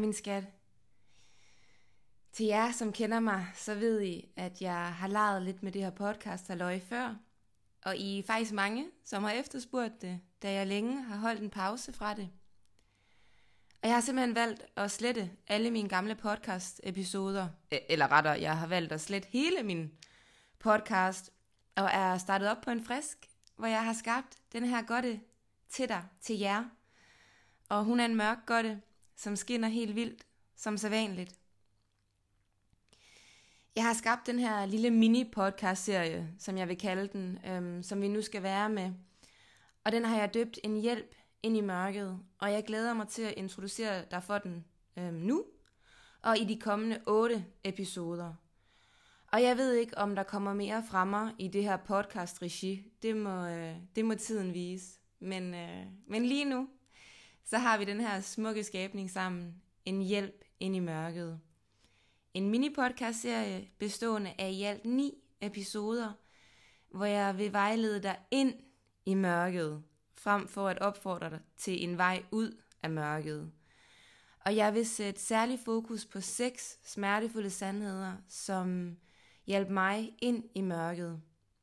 min skat. Til jer, som kender mig, så ved I, at jeg har leget lidt med det her podcast halløj før. Og I er faktisk mange, som har efterspurgt det, da jeg længe har holdt en pause fra det. Og jeg har simpelthen valgt at slette alle mine gamle podcast-episoder. Eller rettere, jeg har valgt at slette hele min podcast. Og er startet op på en frisk, hvor jeg har skabt den her godte til dig, til jer. Og hun er en mørk godte, som skinner helt vildt, som sædvanligt. Jeg har skabt den her lille mini-podcast-serie, som jeg vil kalde den, som vi nu skal være med. Og den har jeg døbt en hjælp ind i mørket, og jeg glæder mig til at introducere dig for den nu, og i de kommende 8 episoder. Og jeg ved ikke, om der kommer mere fra mig i det her podcast-regi. Det må tiden vise. Men lige nu, så har vi den her smukke skabning sammen. En hjælp ind i mørket. En mini-podcast-serie bestående af i alt 9 episoder, hvor jeg vil vejlede dig ind i mørket, frem for at opfordre dig til en vej ud af mørket. Og jeg vil sætte særlig fokus på 6 smertefulde sandheder, som hjælper mig ind i mørket.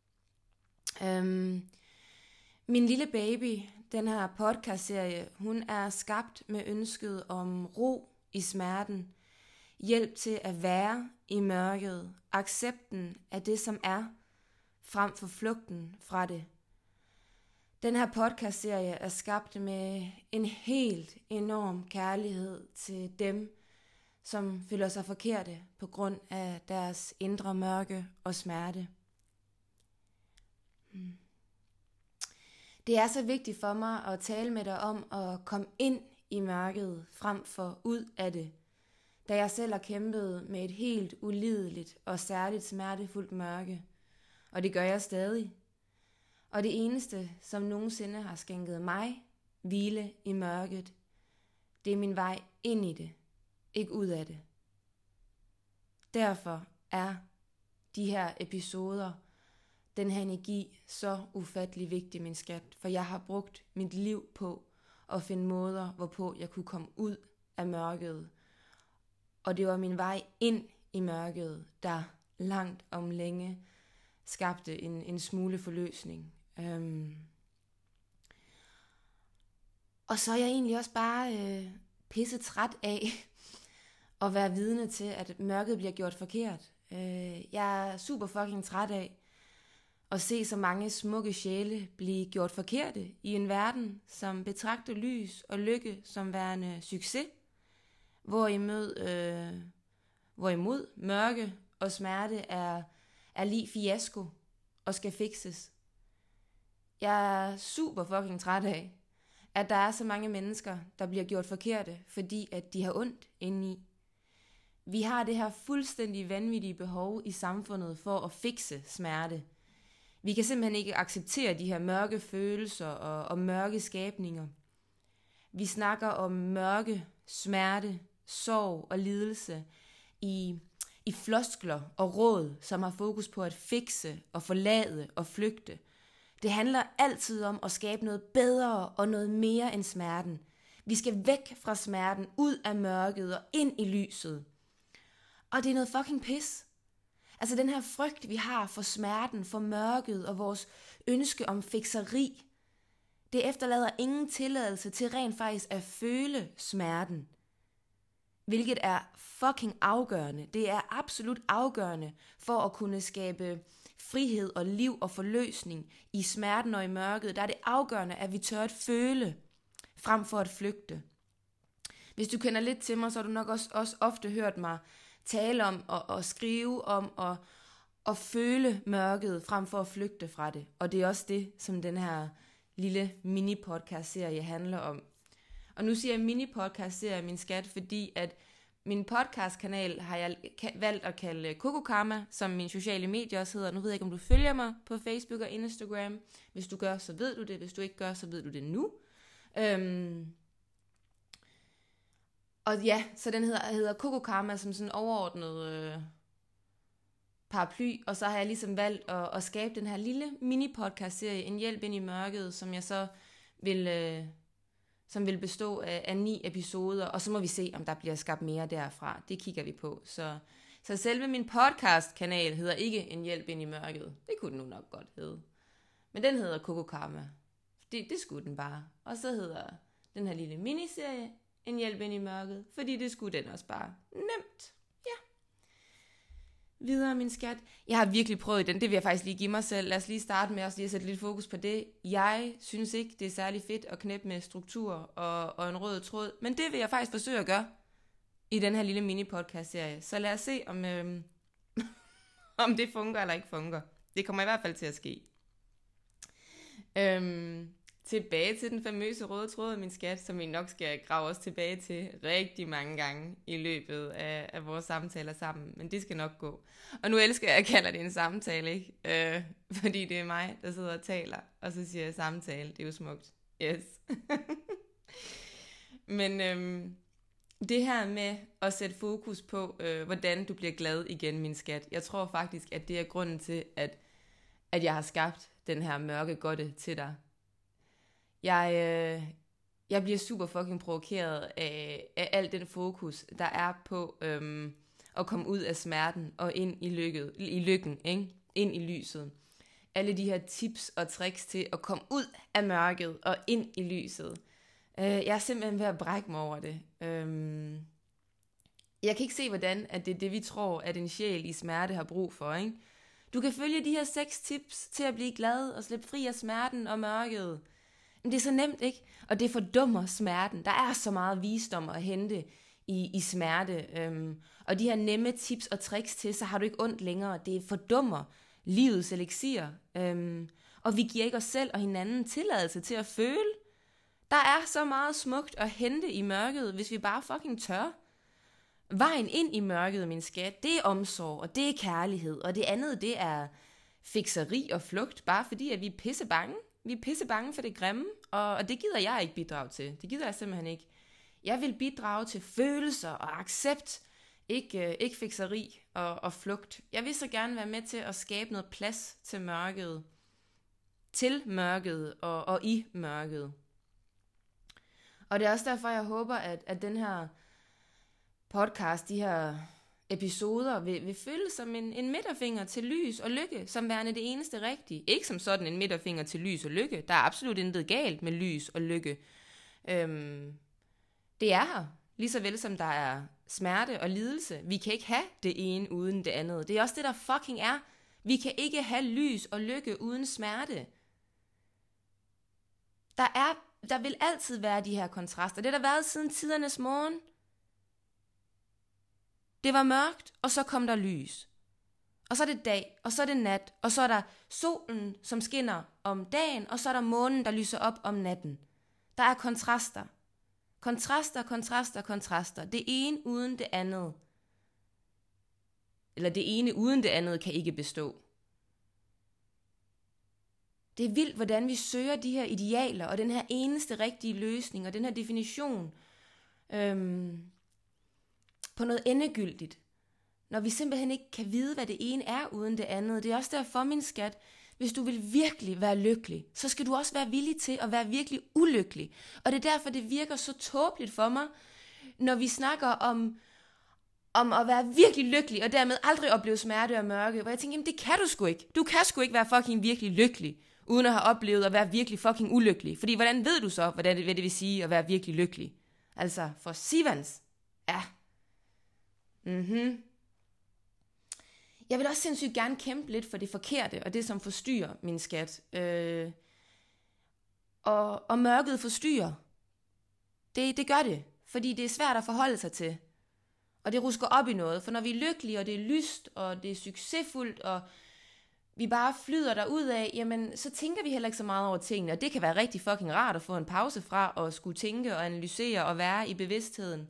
Min lille baby, den her podcast-serie, hun er skabt med ønsket om ro i smerten, hjælp til at være i mørket, accepten af det, som er, frem for flugten fra det. Den her podcast-serie er skabt med en helt enorm kærlighed til dem, som føler sig forkerte på grund af deres indre mørke og smerte. Det er så vigtigt for mig at tale med dig om at komme ind i mørket frem for ud af det, da jeg selv har kæmpet med et helt ulideligt og særligt smertefuldt mørke, og det gør jeg stadig. Og det eneste, som nogensinde har skænket mig hvile i mørket, det er min vej ind i det, ikke ud af det. Derfor er de her episoder, den her energi, så ufattelig vigtig, min skat, for jeg har brugt mit liv på at finde måder, hvorpå jeg kunne komme ud af mørket. Og det var min vej ind i mørket, der langt om længe skabte en smule forløsning. Og så er jeg egentlig også bare pisse træt af at være vidne til, at mørket bliver gjort forkert. Jeg er super fucking træt af at se så mange smukke sjæle blive gjort forkerte i en verden, som betragter lys og lykke som værende succes, hvorimod mørke og smerte er lig fiasko og skal fikses. Jeg er super fucking træt af, at der er så mange mennesker, der bliver gjort forkerte, fordi at de har ondt indeni. Vi har det her fuldstændig vanvittige behov i samfundet for at fikse smerte. Vi kan simpelthen ikke acceptere de her mørke følelser og mørke skabninger. Vi snakker om mørke, smerte, sorg og lidelse i floskler og råd, som har fokus på at fikse og forlade og flygte. Det handler altid om at skabe noget bedre og noget mere end smerten. Vi skal væk fra smerten, ud af mørket og ind i lyset. Og det er noget fucking pis. Altså den her frygt, vi har for smerten, for mørket og vores ønske om fikseri, det efterlader ingen tilladelse til rent faktisk at føle smerten. Hvilket er fucking afgørende. Det er absolut afgørende for at kunne skabe frihed og liv og forløsning i smerten og i mørket. Der er det afgørende, at vi tør at føle, frem for at flygte. Hvis du kender lidt til mig, så har du nok også ofte hørt mig tale om og skrive om at føle mørket, frem for at flygte fra det. Og det er også det, som den her lille mini-podcast-serie handler om. Og nu siger jeg mini-podcast-serie, min skat, fordi at min podcast-kanal har jeg valgt at kalde Coco Karma, som min sociale medier også hedder. Nu ved jeg ikke, om du følger mig på Facebook og Instagram. Hvis du gør, så ved du det. Hvis du ikke gør, så ved du det nu. Og ja, så den hedder Coco Karma som sådan overordnet paraply. Og så har jeg ligesom valgt at skabe den her lille mini-podcast-serie, En hjælp ind i mørket, som jeg så vil som vil bestå af 9 episoder, og så må vi se, om der bliver skabt mere derfra. Det kigger vi på. Så selve min podcast-kanal hedder ikke En hjælp ind i mørket. Det kunne den nu nok godt hedde. Men den hedder Coco Karma. Det skulle den bare. Og så hedder den her lille miniserie En hjælp ind i mørket, fordi det skulle den også bare. Nemt. Ja. Videre, min skat. Jeg har virkelig prøvet den. Det vil jeg faktisk lige give mig selv. Lad os lige starte med at sætte lidt fokus på det. Jeg synes ikke, det er særlig fedt at knæppe med struktur og en rød tråd. Men det vil jeg faktisk forsøge at gøre i den her lille mini-podcast-serie. Så lad os se, om det fungerer eller ikke fungerer. Det kommer i hvert fald til at ske. Tilbage til den famøse røde tråd, min skat, som vi nok skal grave os tilbage til rigtig mange gange i løbet af vores samtaler sammen. Men det skal nok gå. Og nu elsker jeg at kalde det en samtale, ikke? Fordi det er mig, der sidder og taler, og så siger jeg samtale. Det er jo smukt. Yes. Men det her med at sætte fokus på, hvordan du bliver glad igen, min skat. Jeg tror faktisk, at det er grunden til, at jeg har skabt den her mørke godte til dig. Jeg bliver super fucking provokeret af al den fokus, der er på at komme ud af smerten og ind i lykken, ikke? Ind i lyset. Alle de her tips og tricks til at komme ud af mørket og ind i lyset. Jeg er simpelthen ved at brække mig over det. Jeg kan ikke se, hvordan at det er det, vi tror, at en sjæl i smerte har brug for, ikke? Du kan følge de her 6 tips til at blive glad og slippe fri af smerten og mørket. Men det er så nemt, ikke? Og det fordummer smerten. Der er så meget visdom at hente i smerte. Og de her nemme tips og tricks til, så har du ikke ondt længere. Det fordummer livets elixir. Og vi giver ikke os selv og hinanden tilladelse til at føle. Der er så meget smukt at hente i mørket, hvis vi bare fucking tør. Vejen ind i mørket, min skat, det er omsorg, og det er kærlighed. Og det andet, det er fikseri og flugt, bare fordi, at vi er pisse bange. Vi er pisse bange for det grimme, og det gider jeg ikke bidrage til. Det gider jeg simpelthen ikke. Jeg vil bidrage til følelser og accept, ikke fikseri og flugt. Jeg vil så gerne være med til at skabe noget plads til mørket. Til mørket og i mørket. Og det er også derfor, jeg håber, at den her podcast, de her episoder, vil føles som en midterfinger til lys og lykke, som værende det eneste rigtige. Ikke som sådan en midterfinger til lys og lykke. Der er absolut intet galt med lys og lykke. Det er her, lige så vel som der er smerte og lidelse. Vi kan ikke have det ene uden det andet. Det er også det, der fucking er. Vi kan ikke have lys og lykke uden smerte. Der vil altid være de her kontraster. Det har der været siden tidernes morgen. Det var mørkt, og så kom der lys. Og så er det dag, og så er det nat, og så er der solen, som skinner om dagen, og så er der månen, der lyser op om natten. Der er kontraster. Kontraster. Det ene uden det andet. Eller det ene uden det andet kan ikke bestå. Det er vildt, hvordan vi søger de her idealer, og den her eneste rigtige løsning, og den her definition på noget endegyldigt, når vi simpelthen ikke kan vide, hvad det ene er uden det andet. Det er også derfor, min skat, hvis du vil virkelig være lykkelig, så skal du også være villig til at være virkelig ulykkelig. Og det er derfor, det virker så tåbeligt for mig, når vi snakker om at være virkelig lykkelig, og dermed aldrig opleve smerte og mørke, hvor jeg tænker, jamen det kan du sgu ikke. Du kan sgu ikke være fucking virkelig lykkelig, uden at have oplevet at være virkelig fucking ulykkelig. Fordi hvordan ved du så, hvad det vil sige at være virkelig lykkelig? Altså, for Sivans. Ja. Jeg vil også sindssygt gerne kæmpe lidt for det forkerte, og det som forstyrrer min skat. Og mørket forstyrrer. Det gør det, fordi det er svært at forholde sig til. Og det rusker op i noget, for når vi er lykkelige, og det er lyst, og det er succesfuldt, og vi bare flyder derudad, jamen så tænker vi heller ikke så meget over tingene, og det kan være rigtig fucking rart at få en pause fra, at skulle tænke og analysere og være i bevidstheden.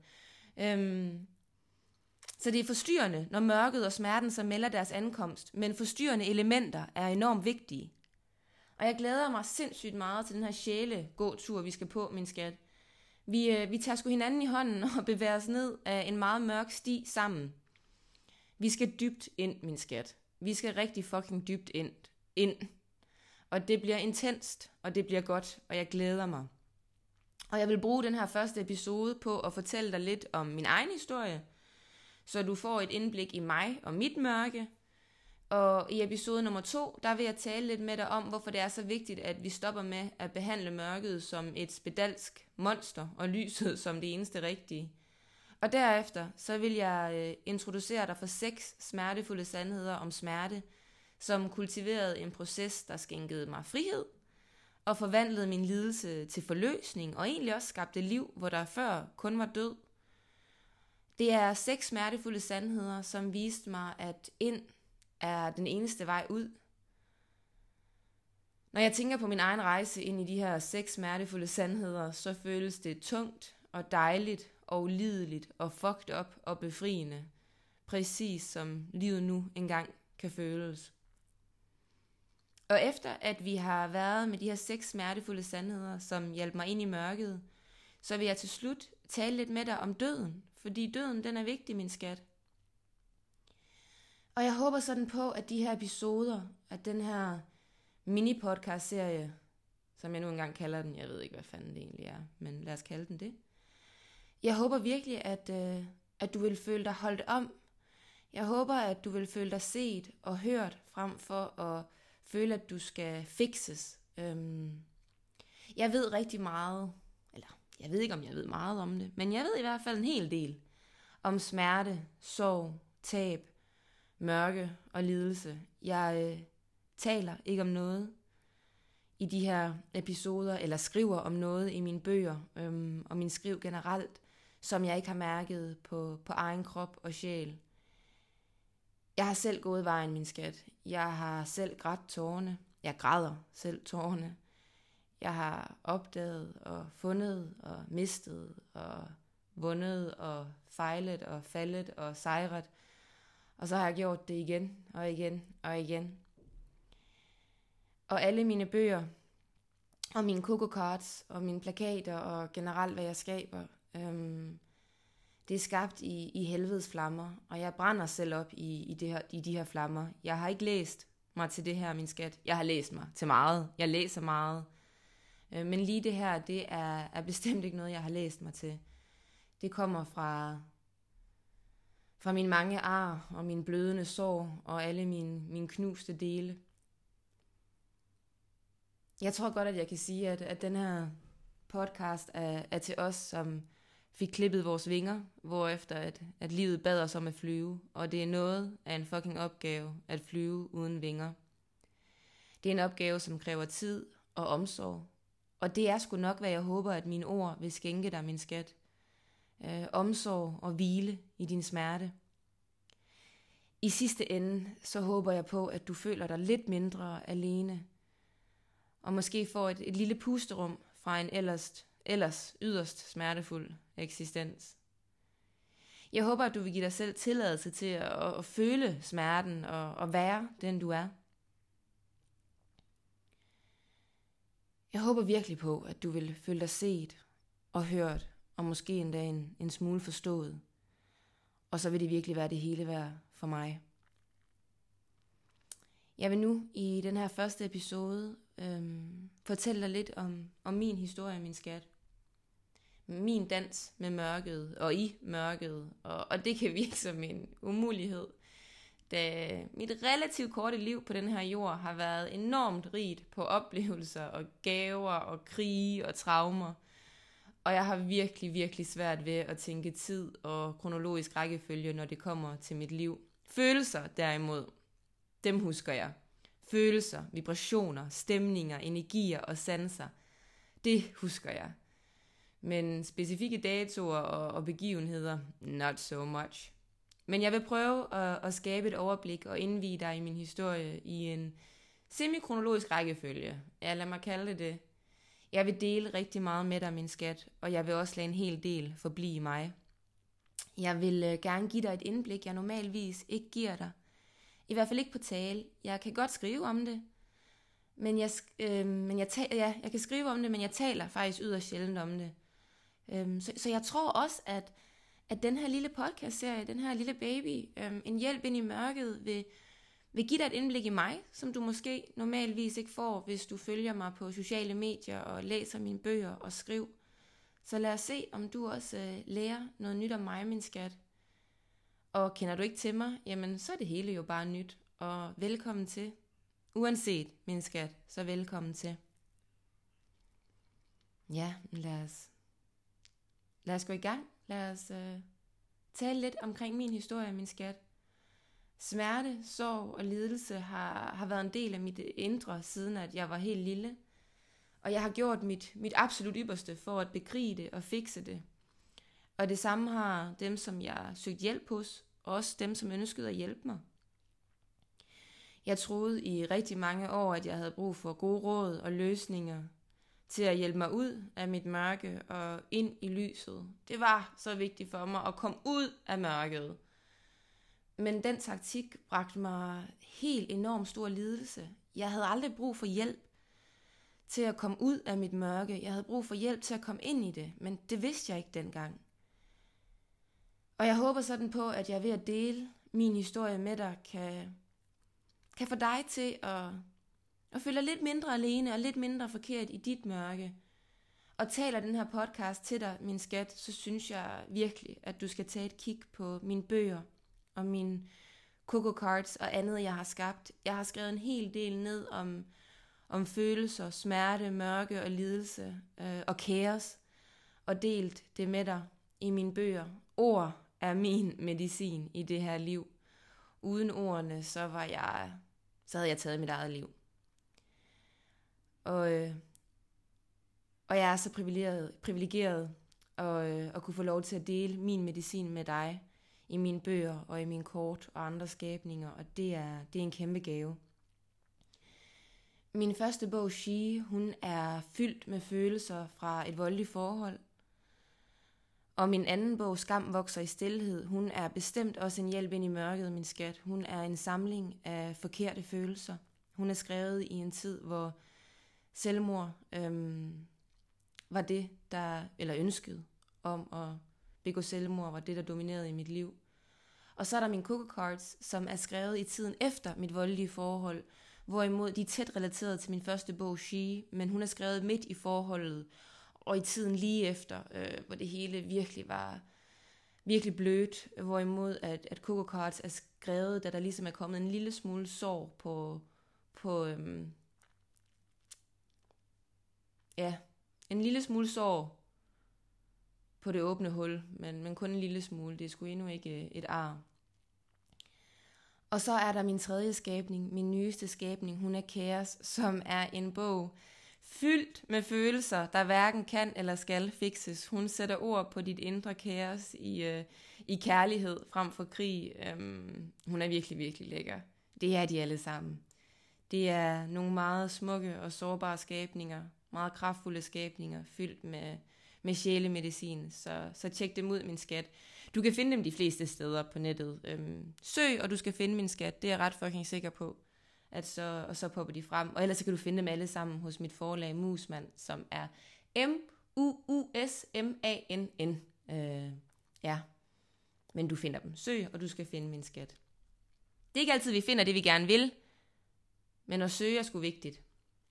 Så det er forstyrrende, når mørket og smerten så melder deres ankomst, men forstyrrende elementer er enormt vigtige. Og jeg glæder mig sindssygt meget til den her sjælegåtur, vi skal på, min skat. Vi tager sgu hinanden i hånden og bevæger os ned af en meget mørk sti sammen. Vi skal dybt ind, min skat. Vi skal rigtig fucking dybt ind. Og det bliver intenst, og det bliver godt, og jeg glæder mig. Og jeg vil bruge den her første episode på at fortælle dig lidt om min egen historie, så du får et indblik i mig og mit mørke. Og i episode nummer 2, der vil jeg tale lidt med dig om, hvorfor det er så vigtigt, at vi stopper med at behandle mørket som et spedalsk monster, og lyset som det eneste rigtige. Og derefter, så vil jeg introducere dig for 6 smertefulde sandheder om smerte, som kultiverede en proces, der skænkede mig frihed, og forvandlede min lidelse til forløsning, og egentlig også skabte liv, hvor der før kun var død. Det er 6 smertefulde sandheder, som viste mig, at ind er den eneste vej ud. Når jeg tænker på min egen rejse ind i de her 6 smertefulde sandheder, så føles det tungt og dejligt og ulideligt og fucked up og befriende. Præcis som livet nu engang kan føles. Og efter at vi har været med de her 6 smertefulde sandheder, som hjalp mig ind i mørket, så vil jeg til slut tale lidt med dig om døden, fordi døden den er vigtig, min skat. Og jeg håber sådan på, at de her episoder, at den her mini-podcast-serie, som jeg nu engang kalder den, jeg ved ikke, hvad fanden det egentlig er, men lad os kalde den det. Jeg håber virkelig, at du vil føle dig holdt om. Jeg håber, at du vil føle dig set og hørt, frem for at føle, at du skal fikses. Jeg ved rigtig meget, eller jeg ved ikke, om jeg ved meget om det, men jeg ved i hvert fald en hel del om smerte, sorg, tab, mørke og lidelse. Jeg taler ikke om noget i de her episoder, eller skriver om noget i mine bøger, og min skriv generelt, som jeg ikke har mærket på egen krop og sjæl. Jeg har selv gået vejen, min skat. Jeg har selv grædt tårerne. Jeg græder selv tårerne. Jeg har opdaget og fundet og mistet og vundet og fejlet og faldet og sejret. Og så har jeg gjort det igen og igen og igen. Og alle mine bøger og mine Coco Cards og mine plakater og generelt hvad jeg skaber, det er skabt i helvedes flammer, og jeg brænder selv op i de her flammer. Jeg har ikke læst mig til det her, min skat. Jeg har læst mig til meget. Jeg læser meget. Men lige det her, det er bestemt ikke noget, jeg har læst mig til. Det kommer fra mine mange ar og mine blødende sår og alle mine knuste dele. Jeg tror godt, at jeg kan sige, at den her podcast er til os, som fik klippet vores vinger, hvorefter at livet bad os om at flyve, og det er noget af en fucking opgave at flyve uden vinger. Det er en opgave, som kræver tid og omsorg, og det er sgu nok, hvad jeg håber, at mine ord vil skænke dig, min skat. Omsorg og hvile i din smerte. I sidste ende, så håber jeg på, at du føler dig lidt mindre alene, og måske får et lille pusterum fra en ellers yderst smertefuld eksistens. Jeg håber, at du vil give dig selv tilladelse til at føle smerten og være den, du er. Jeg håber virkelig på, at du vil føle dig set og hørt, og måske endda en smule forstået. Og så vil det virkelig være det hele værd for mig. Jeg vil nu i den her første episode fortælle dig lidt om min historie, min skat. Min dans med mørket og i mørket, og det kan virke som en umulighed, da mit relativt korte liv på den her jord har været enormt rigt på oplevelser og gaver og krige og traumer. Og jeg har virkelig, virkelig svært ved at tænke tid og kronologisk rækkefølge, når det kommer til mit liv. Følelser derimod, dem husker jeg. Følelser, vibrationer, stemninger, energier og sanser, det husker jeg. Men specifikke datoer og begivenheder, not so much. Men jeg vil prøve at skabe et overblik og indvie dig i min historie i en semikronologisk rækkefølge. Ja, lad mig kalde det. Jeg vil dele rigtig meget med dig, min skat, og jeg vil også lade en hel del forblive i mig. Jeg vil gerne give dig et indblik, jeg normalvis ikke giver dig. I hvert fald ikke på tale. Jeg kan godt skrive om det, men jeg kan skrive om det, men jeg taler faktisk yderst sjældent om det. Så jeg tror også, at den her lille podcast-serie, den her lille baby, en hjælp ind i mørket, vil give dig et indblik i mig, som du måske normalvis ikke får, hvis du følger mig på sociale medier og læser mine bøger og skriver. Så lad os se, om du også lærer noget nyt om mig, min skat. Og kender du ikke til mig, jamen så er det hele jo bare nyt. Og velkommen til. Uanset, min skat, så velkommen til. Ja, lad os gå i gang. Lad os tale lidt omkring min historie, min skat. Smerte, sorg og lidelse har været en del af mit indre, siden at jeg var helt lille. Og jeg har gjort mit absolut ypperste for at bekrige det og fikse det. Og det samme har dem, som jeg søgte hjælp hos, og også dem, som ønskede at hjælpe mig. Jeg troede i rigtig mange år, at jeg havde brug for gode råd og løsninger til at hjælpe mig ud af mit mørke og ind i lyset. Det var så vigtigt for mig at komme ud af mørket. Men den taktik bragte mig helt enormt stor lidelse. Jeg havde aldrig brug for hjælp til at komme ud af mit mørke. Jeg havde brug for hjælp til at komme ind i det, men det vidste jeg ikke dengang. Og jeg håber sådan på, at jeg ved at dele min historie med dig, kan få dig til at føle dig lidt mindre alene og lidt mindre forkert i dit mørke. Og taler den her podcast til dig, min skat, så synes jeg virkelig, at du skal tage et kig på mine bøger og mine Coco Cards og andet, jeg har skabt. Jeg har skrevet en hel del ned om følelser, smerte, mørke og lidelse og kaos, og delt det med dig i mine bøger. Ord er min medicin i det her liv. Uden ordene, så havde jeg taget mit eget liv. Og jeg er så privilegeret at kunne få lov til at dele min medicin med dig i mine bøger og i mine kort og andre skabninger, og det er en kæmpe gave. Min første bog, She, hun er fyldt med følelser fra et voldeligt forhold. Og min anden bog, Skam vokser i stilhed, hun er bestemt også en hjælp ind i mørket, min skat. Hun er en samling af forkerte følelser. Hun er skrevet i en tid, hvor selvmord var det, eller ønsket om at begå selvmord, var det, der dominerede i mit liv. Og så er der mine Coco Cards, som er skrevet i tiden efter mit voldelige forhold, hvorimod de er tæt relateret til min første bog, She, men hun er skrevet midt i forholdet, og i tiden lige efter, hvor det hele virkelig var virkelig blødt, hvorimod at Coco Cards er skrevet, da der ligesom er kommet en lille smule sår en lille smule sår på det åbne hul, men kun en lille smule. Det er sgu endnu ikke et ar. Og så er der min tredje skabning, min nyeste skabning, hun er Kaos, som er en bog fyldt med følelser, der hverken kan eller skal fikses. Hun sætter ord på dit indre kaos i kærlighed frem for krig. Hun er virkelig, virkelig lækker. Det er de alle sammen. Det er nogle meget smukke og sårbare skabninger, meget kraftfulde skabninger, fyldt med sjælemedicin. Så tjek dem ud, min skat. Du kan finde dem de fleste steder på nettet. Søg, og du skal finde min skat. Det er jeg ret fucking sikker på. Og så popper de frem. Og ellers så kan du finde dem alle sammen hos mit forlag Musmann, som er Musmann. Ja, men du finder dem. Søg, og du skal finde min skat. Det er ikke altid, vi finder det, vi gerne vil, men at søge er sgu vigtigt.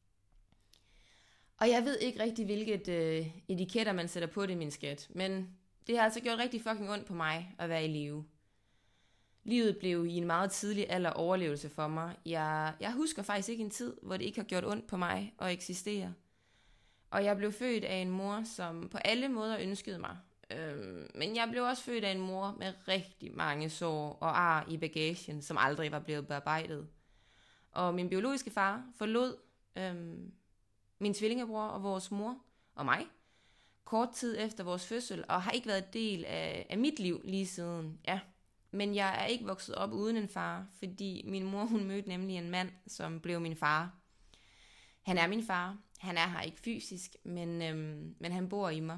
Og jeg ved ikke rigtig, hvilket etiketter man sætter på det, min skat, men det har altså gjort rigtig fucking ondt på mig at være i live. Livet blev i en meget tidlig alder overlevelse for mig. Jeg husker faktisk ikke en tid, hvor det ikke har gjort ondt på mig at eksistere. Og jeg blev født af en mor, som på alle måder ønskede mig. Men jeg blev også født af en mor med rigtig mange sår og ar i bagagen, som aldrig var blevet bearbejdet. Og min biologiske far forlod min tvillingebror og vores mor og mig kort tid efter vores fødsel, og har ikke været en del af mit liv lige siden. Ja. Men jeg er ikke vokset op uden en far, fordi min mor, hun mødte nemlig en mand, som blev min far. Han er min far. Han er her ikke fysisk, men han bor i mig.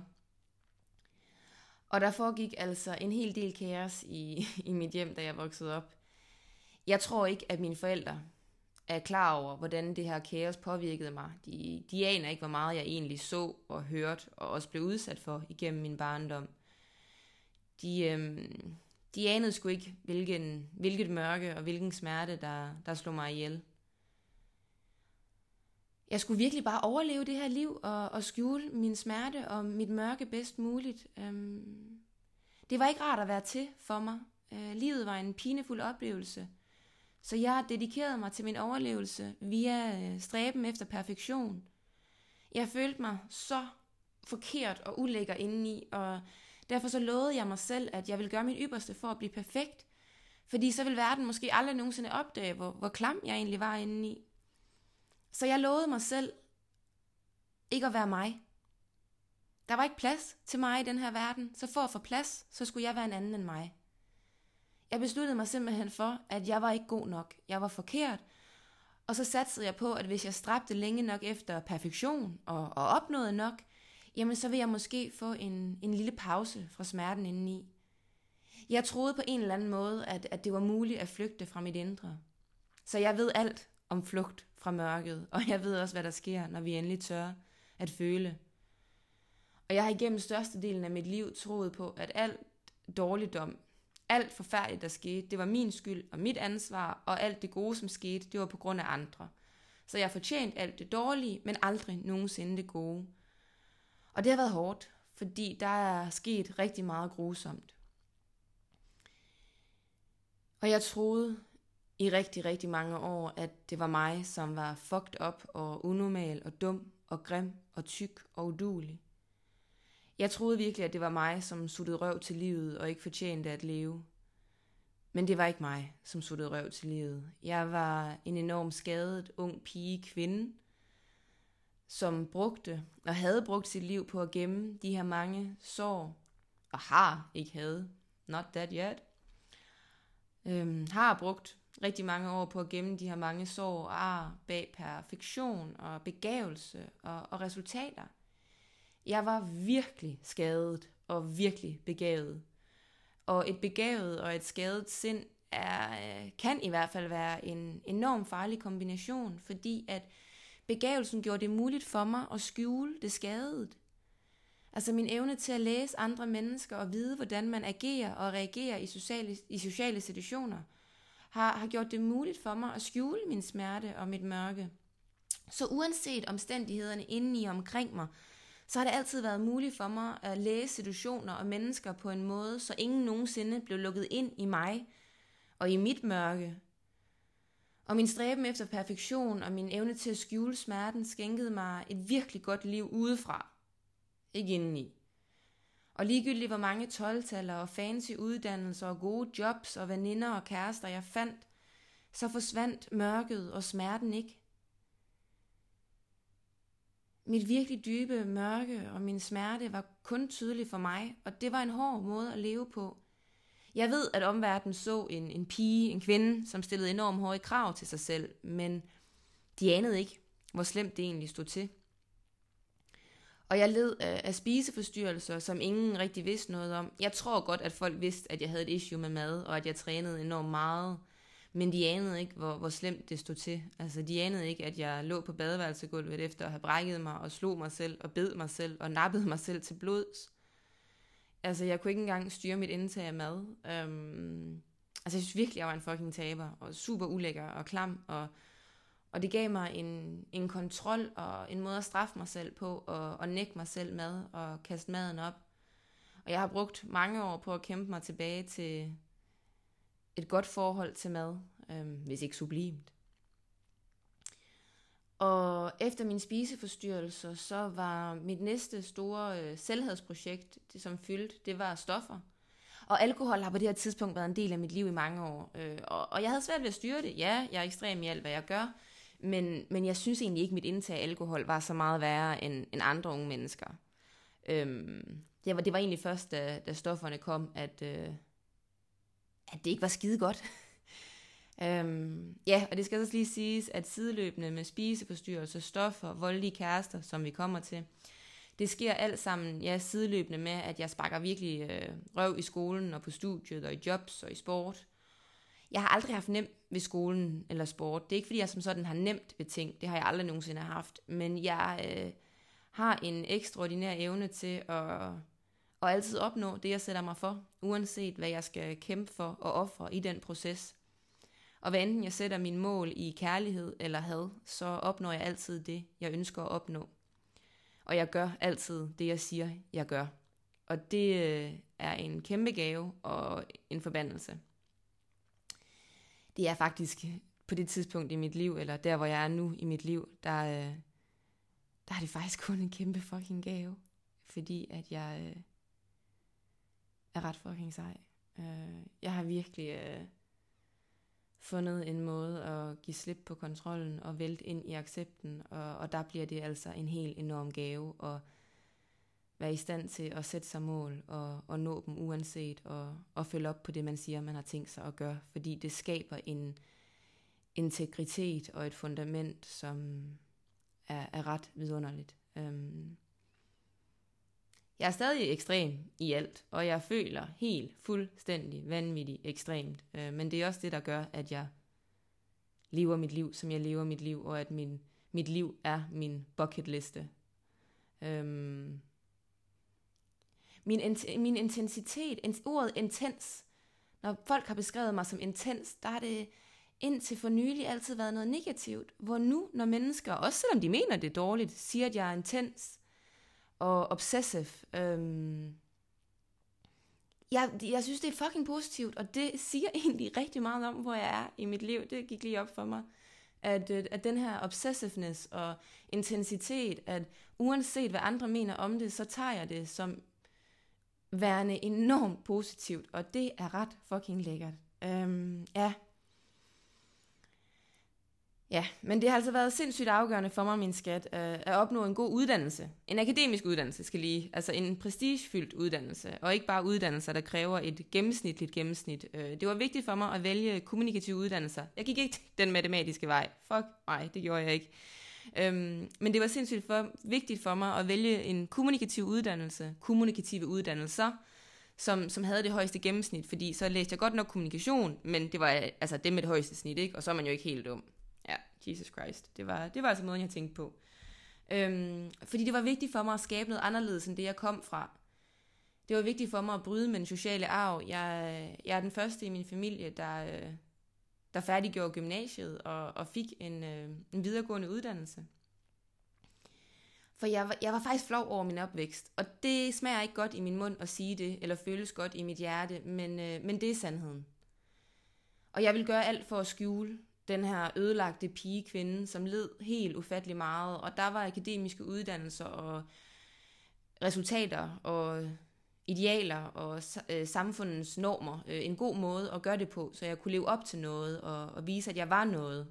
Og der foregik altså en hel del kaos i mit hjem, da jeg voksede op. Jeg tror ikke, at mine forældre er klar over, hvordan det her kaos påvirkede mig. De aner ikke, hvor meget jeg egentlig så og hørte, og også blev udsat for igennem min barndom. De anede sgu ikke, hvilket mørke og hvilken smerte, der slog mig ihjel. Jeg skulle virkelig bare overleve det her liv, og skjule min smerte og mit mørke bedst muligt. Det var ikke rart at være til for mig. Livet var en pinefuld oplevelse. Så jeg dedikerede mig til min overlevelse via stræben efter perfektion. Jeg følte mig så forkert og ulækker indeni, og derfor så lovede jeg mig selv, at jeg ville gøre mit ypperste for at blive perfekt. Fordi så ville verden måske aldrig nogensinde opdage, hvor klam jeg egentlig var indeni. Så jeg lovede mig selv ikke at være mig. Der var ikke plads til mig i den her verden, så for at få plads, så skulle jeg være en anden end mig. Jeg besluttede mig simpelthen for, at jeg var ikke god nok. Jeg var forkert, og så satsede jeg på, at hvis jeg stræbte længe nok efter perfektion og opnåede nok, jamen så ville jeg måske få en lille pause fra smerten indeni. Jeg troede på en eller anden måde, at det var muligt at flygte fra mit indre. Så jeg ved alt om flugt fra mørket, og jeg ved også, hvad der sker, når vi endelig tør at føle. Og jeg har igennem størstedelen af mit liv troet på, at alt dårligdom, alt forfærdeligt, der skete, det var min skyld og mit ansvar, og alt det gode, som skete, det var på grund af andre. Så jeg har fortjent alt det dårlige, men aldrig nogensinde det gode. Og det har været hårdt, fordi der er sket rigtig meget grusomt. Og jeg troede i rigtig, rigtig mange år, at det var mig, som var fucked up og unormal og dum og grim og tyk og uduelig. Jeg troede virkelig, at det var mig, som suttede røv til livet og ikke fortjente at leve. Men det var ikke mig, som suttede røv til livet. Jeg var en enormt skadet, ung pige, kvinde, som brugte og havde brugt sit liv på at gemme de her mange sår, og har ikke havde, not that yet, har brugt rigtig mange år på at gemme de her mange sår og ar bag perfektion og begavelse og resultater. Jeg var virkelig skadet og virkelig begavet. Og et begavet og et skadet sind kan i hvert fald være en enorm farlig kombination, fordi at begavelsen gjorde det muligt for mig at skjule det skadede. Altså min evne til at læse andre mennesker og vide, hvordan man agerer og reagerer i sociale situationer, har gjort det muligt for mig at skjule min smerte og mit mørke. Så uanset omstændighederne indeni og omkring mig, så har det altid været muligt for mig at læse situationer og mennesker på en måde, så ingen nogensinde blev lukket ind i mig og i mit mørke. Og min stræben efter perfektion og min evne til at skjule smerten skænkede mig et virkelig godt liv udefra, ikke indeni. Og ligegyldigt hvor mange 12-taller og fancy uddannelser og gode jobs og veninder og kærester jeg fandt, så forsvandt mørket og smerten ikke. Mit virkelig dybe mørke og min smerte var kun tydelig for mig, og det var en hård måde at leve på. Jeg ved, at omverdenen så en pige, en kvinde, som stillede enormt høje krav til sig selv, men de anede ikke, hvor slemt det egentlig stod til. Og jeg led af spiseforstyrrelser, som ingen rigtig vidste noget om. Jeg tror godt, at folk vidste, at jeg havde et issue med mad, og at jeg trænede enormt meget. Men de anede ikke, hvor slemt det stod til. Altså, de anede ikke, at jeg lå på badeværelsegulvet efter at have brækket mig, og slog mig selv, og bed mig selv, og nappede mig selv til blods. Altså, jeg kunne ikke engang styre mit indtag af mad. Altså, jeg synes virkelig, jeg var en fucking taber, og super ulækker og klam, og det gav mig en kontrol og en måde at straffe mig selv på, og nægte mig selv mad og kaste maden op. Og jeg har brugt mange år på at kæmpe mig tilbage til et godt forhold til mad, hvis ikke sublimt. Og efter min spiseforstyrrelse, så var mit næste store selvhedsprojekt, det som fyldte, det var stoffer. Og alkohol har på det her tidspunkt været en del af mit liv i mange år. Og jeg havde svært ved at styre det. Ja, jeg er ekstrem i alt, hvad jeg gør. Men jeg synes egentlig ikke, at mit indtag af alkohol var så meget værre end andre unge mennesker. Det var egentlig først, da stofferne kom, at det ikke var skide godt. Ja, og det skal også lige siges, at sideløbende med spiseforstyrrelser, stoffer, voldelige kærester, som vi kommer til, det sker alt sammen, ja, sideløbende med, at jeg sparker virkelig røv i skolen og på studiet og i jobs og i sport. Jeg har aldrig haft nemt ved skolen eller sport. Det er ikke, fordi jeg som sådan har nemt ved ting. Det har jeg aldrig nogensinde haft. Men jeg har en ekstraordinær evne til at altid opnå det, jeg sætter mig for, uanset hvad jeg skal kæmpe for og ofre i den proces. Og hvad enten jeg sætter min mål i kærlighed eller had, så opnår jeg altid det, jeg ønsker at opnå. Og jeg gør altid det, jeg siger, jeg gør. Og det er en kæmpe gave og en forbandelse. Det er faktisk på det tidspunkt i mit liv, eller der, hvor jeg er nu i mit liv, der er det faktisk kun en kæmpe fucking gave. Fordi at jeg er ret fucking sej. Jeg har virkelig fundet en måde at give slip på kontrollen og vælte ind i accepten, og der bliver det altså en helt enorm gave at være i stand til at sætte sig mål og nå dem uanset, og følge op på det, man siger, man har tænkt sig at gøre, fordi det skaber en integritet og et fundament, som er ret vidunderligt. Jeg er stadig ekstrem i alt, og jeg føler helt fuldstændig vanvittigt ekstremt. Men det er også det, der gør, at jeg lever mit liv, som jeg lever mit liv, og at mit liv er min bucketliste. Min intensitet, ordet intens, når folk har beskrevet mig som intens, der har det indtil for nylig altid været noget negativt. Hvor nu, når mennesker, også selvom de mener det er dårligt, siger, at jeg er intens og obsessive. Jeg synes, det er fucking positivt, og det siger egentlig rigtig meget om, hvor jeg er i mit liv. Det gik lige op for mig, at den her obsessiveness og intensitet, at uanset hvad andre mener om det, så tager jeg det som værende enormt positivt, og det er ret fucking lækkert. Ja, men det har altså været sindssygt afgørende for mig, min skat, at opnå en god uddannelse. En akademisk uddannelse, skal lige. Altså en prestigefyldt uddannelse, og ikke bare uddannelser, der kræver et gennemsnitligt gennemsnit. Det var vigtigt for mig at vælge kommunikative uddannelser. Jeg gik ikke den matematiske vej. Fuck, nej, det gjorde jeg ikke. Men det var sindssygt vigtigt for mig at vælge en kommunikative uddannelser, som havde det højeste gennemsnit, fordi så læste jeg godt nok kommunikation, men det var altså det med det højeste snit, ikke? Og så er man jo ikke helt dum. Ja, Jesus Christ. Det var altså måden, jeg tænkte på. Fordi det var vigtigt for mig at skabe noget anderledes, end det jeg kom fra. Det var vigtigt for mig at bryde med den sociale arv. Jeg er den første i min familie, der færdiggjorde gymnasiet og fik en videregående uddannelse. For jeg var faktisk flov over min opvækst, og det smager ikke godt i min mund at sige det, eller føles godt i mit hjerte, men det er sandheden. Og jeg vil gøre alt for at skjule den her ødelagte pigekvinde, som led helt ufattelig meget, og der var akademiske uddannelser og resultater og idealer og samfundets normer en god måde at gøre det på, så jeg kunne leve op til noget og vise, at jeg var noget.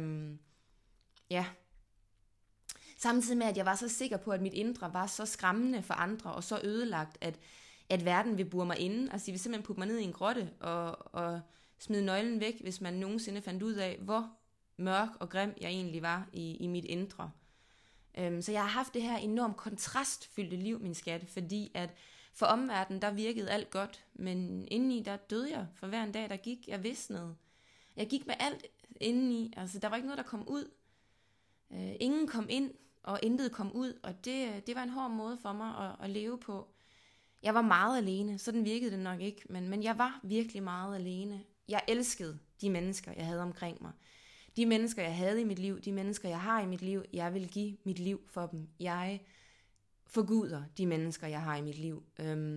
Ja. Samtidig med, at jeg var så sikker på, at mit indre var så skræmmende for andre og så ødelagt, at verden vil bure mig inde. Altså de vil simpelthen putte mig ned i en grotte og smide nøglen væk, hvis man nogensinde fandt ud af, hvor mørk og grim jeg egentlig var i mit indre. Så jeg har haft det her enormt kontrastfyldte liv, min skat, fordi at for omverdenen, der virkede alt godt, men indeni, der døde jeg for hver en dag, der gik. Jeg visnede. Jeg gik med alt indeni, altså der var ikke noget, der kom ud. Ingen kom ind, og intet kom ud, og det var en hård måde for mig at leve på. Jeg var meget alene, sådan virkede det nok ikke, men jeg var virkelig meget alene. Jeg elskede de mennesker, jeg havde omkring mig. De mennesker, jeg havde i mit liv, de mennesker, jeg har i mit liv, jeg vil give mit liv for dem. Jeg forguder de mennesker, jeg har i mit liv.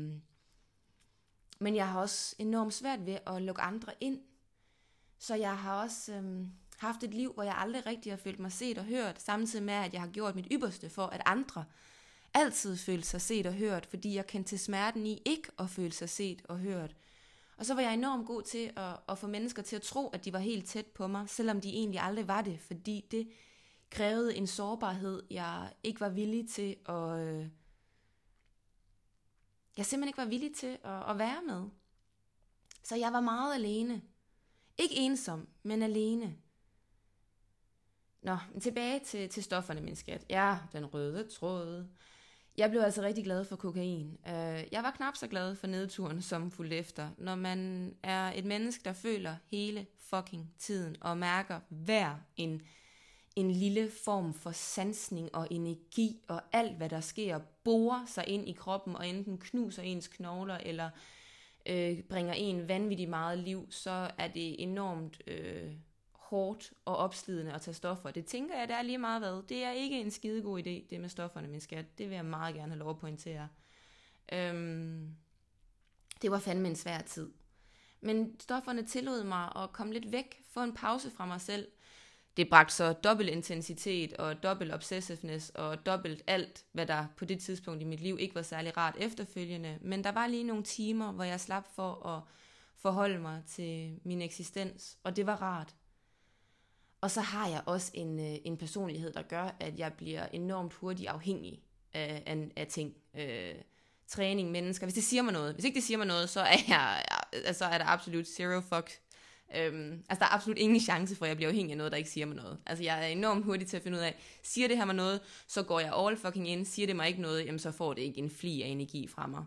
Men jeg har også enormt svært ved at lukke andre ind. Så jeg har også haft et liv, hvor jeg aldrig rigtig har følt mig set og hørt, samtidig med, at jeg har gjort mit ypperste for, at andre altid følte sig set og hørt, fordi jeg kendte til smerten i ikke at føle sig set og hørt. Og så var jeg enormt god til at få mennesker til at tro, at de var helt tæt på mig, selvom de egentlig aldrig var det, fordi det krævede en sårbarhed, jeg ikke var villig til jeg simpelthen ikke var villig til at være med. Så jeg var meget alene. Ikke ensom, men alene. Nå, tilbage til stofferne, min skat. Ja, den røde tråd. Jeg blev altså rigtig glad for kokain. Jeg var knap så glad for nedturen, som fulgte efter. Når man er et menneske, der føler hele fucking tiden, og mærker hver en lille form for sansning og energi, og alt hvad der sker, borer sig ind i kroppen, og enten knuser ens knogler, eller bringer en vanvittigt meget liv, så er det enormt hårdt og opslidende at tage stoffer. Det tænker jeg, det er lige meget hvad. Det er ikke en skidegod idé, det med stofferne, min skat. Det vil jeg meget gerne have lov at pointere. Det var fandme en svær tid. Men stofferne tillod mig at komme lidt væk, få en pause fra mig selv. Det bragte så dobbelt intensitet og dobbelt obsessiveness og dobbelt alt, hvad der på det tidspunkt i mit liv ikke var særlig rart efterfølgende. Men der var lige nogle timer, hvor jeg slap for at forholde mig til min eksistens, og det var rart. Og så har jeg også en personlighed, der gør, at jeg bliver enormt hurtigt afhængig af ting. Træning, mennesker. Hvis det siger mig noget. Hvis ikke det siger mig noget, så er der absolut zero fuck. Der er absolut ingen chance for, at jeg bliver afhængig af noget, der ikke siger mig noget. Altså, jeg er enormt hurtig til at finde ud af, siger det her mig noget, så går jeg all fucking ind. Siger det mig ikke noget, jamen så får det ikke en fli af energi fra mig.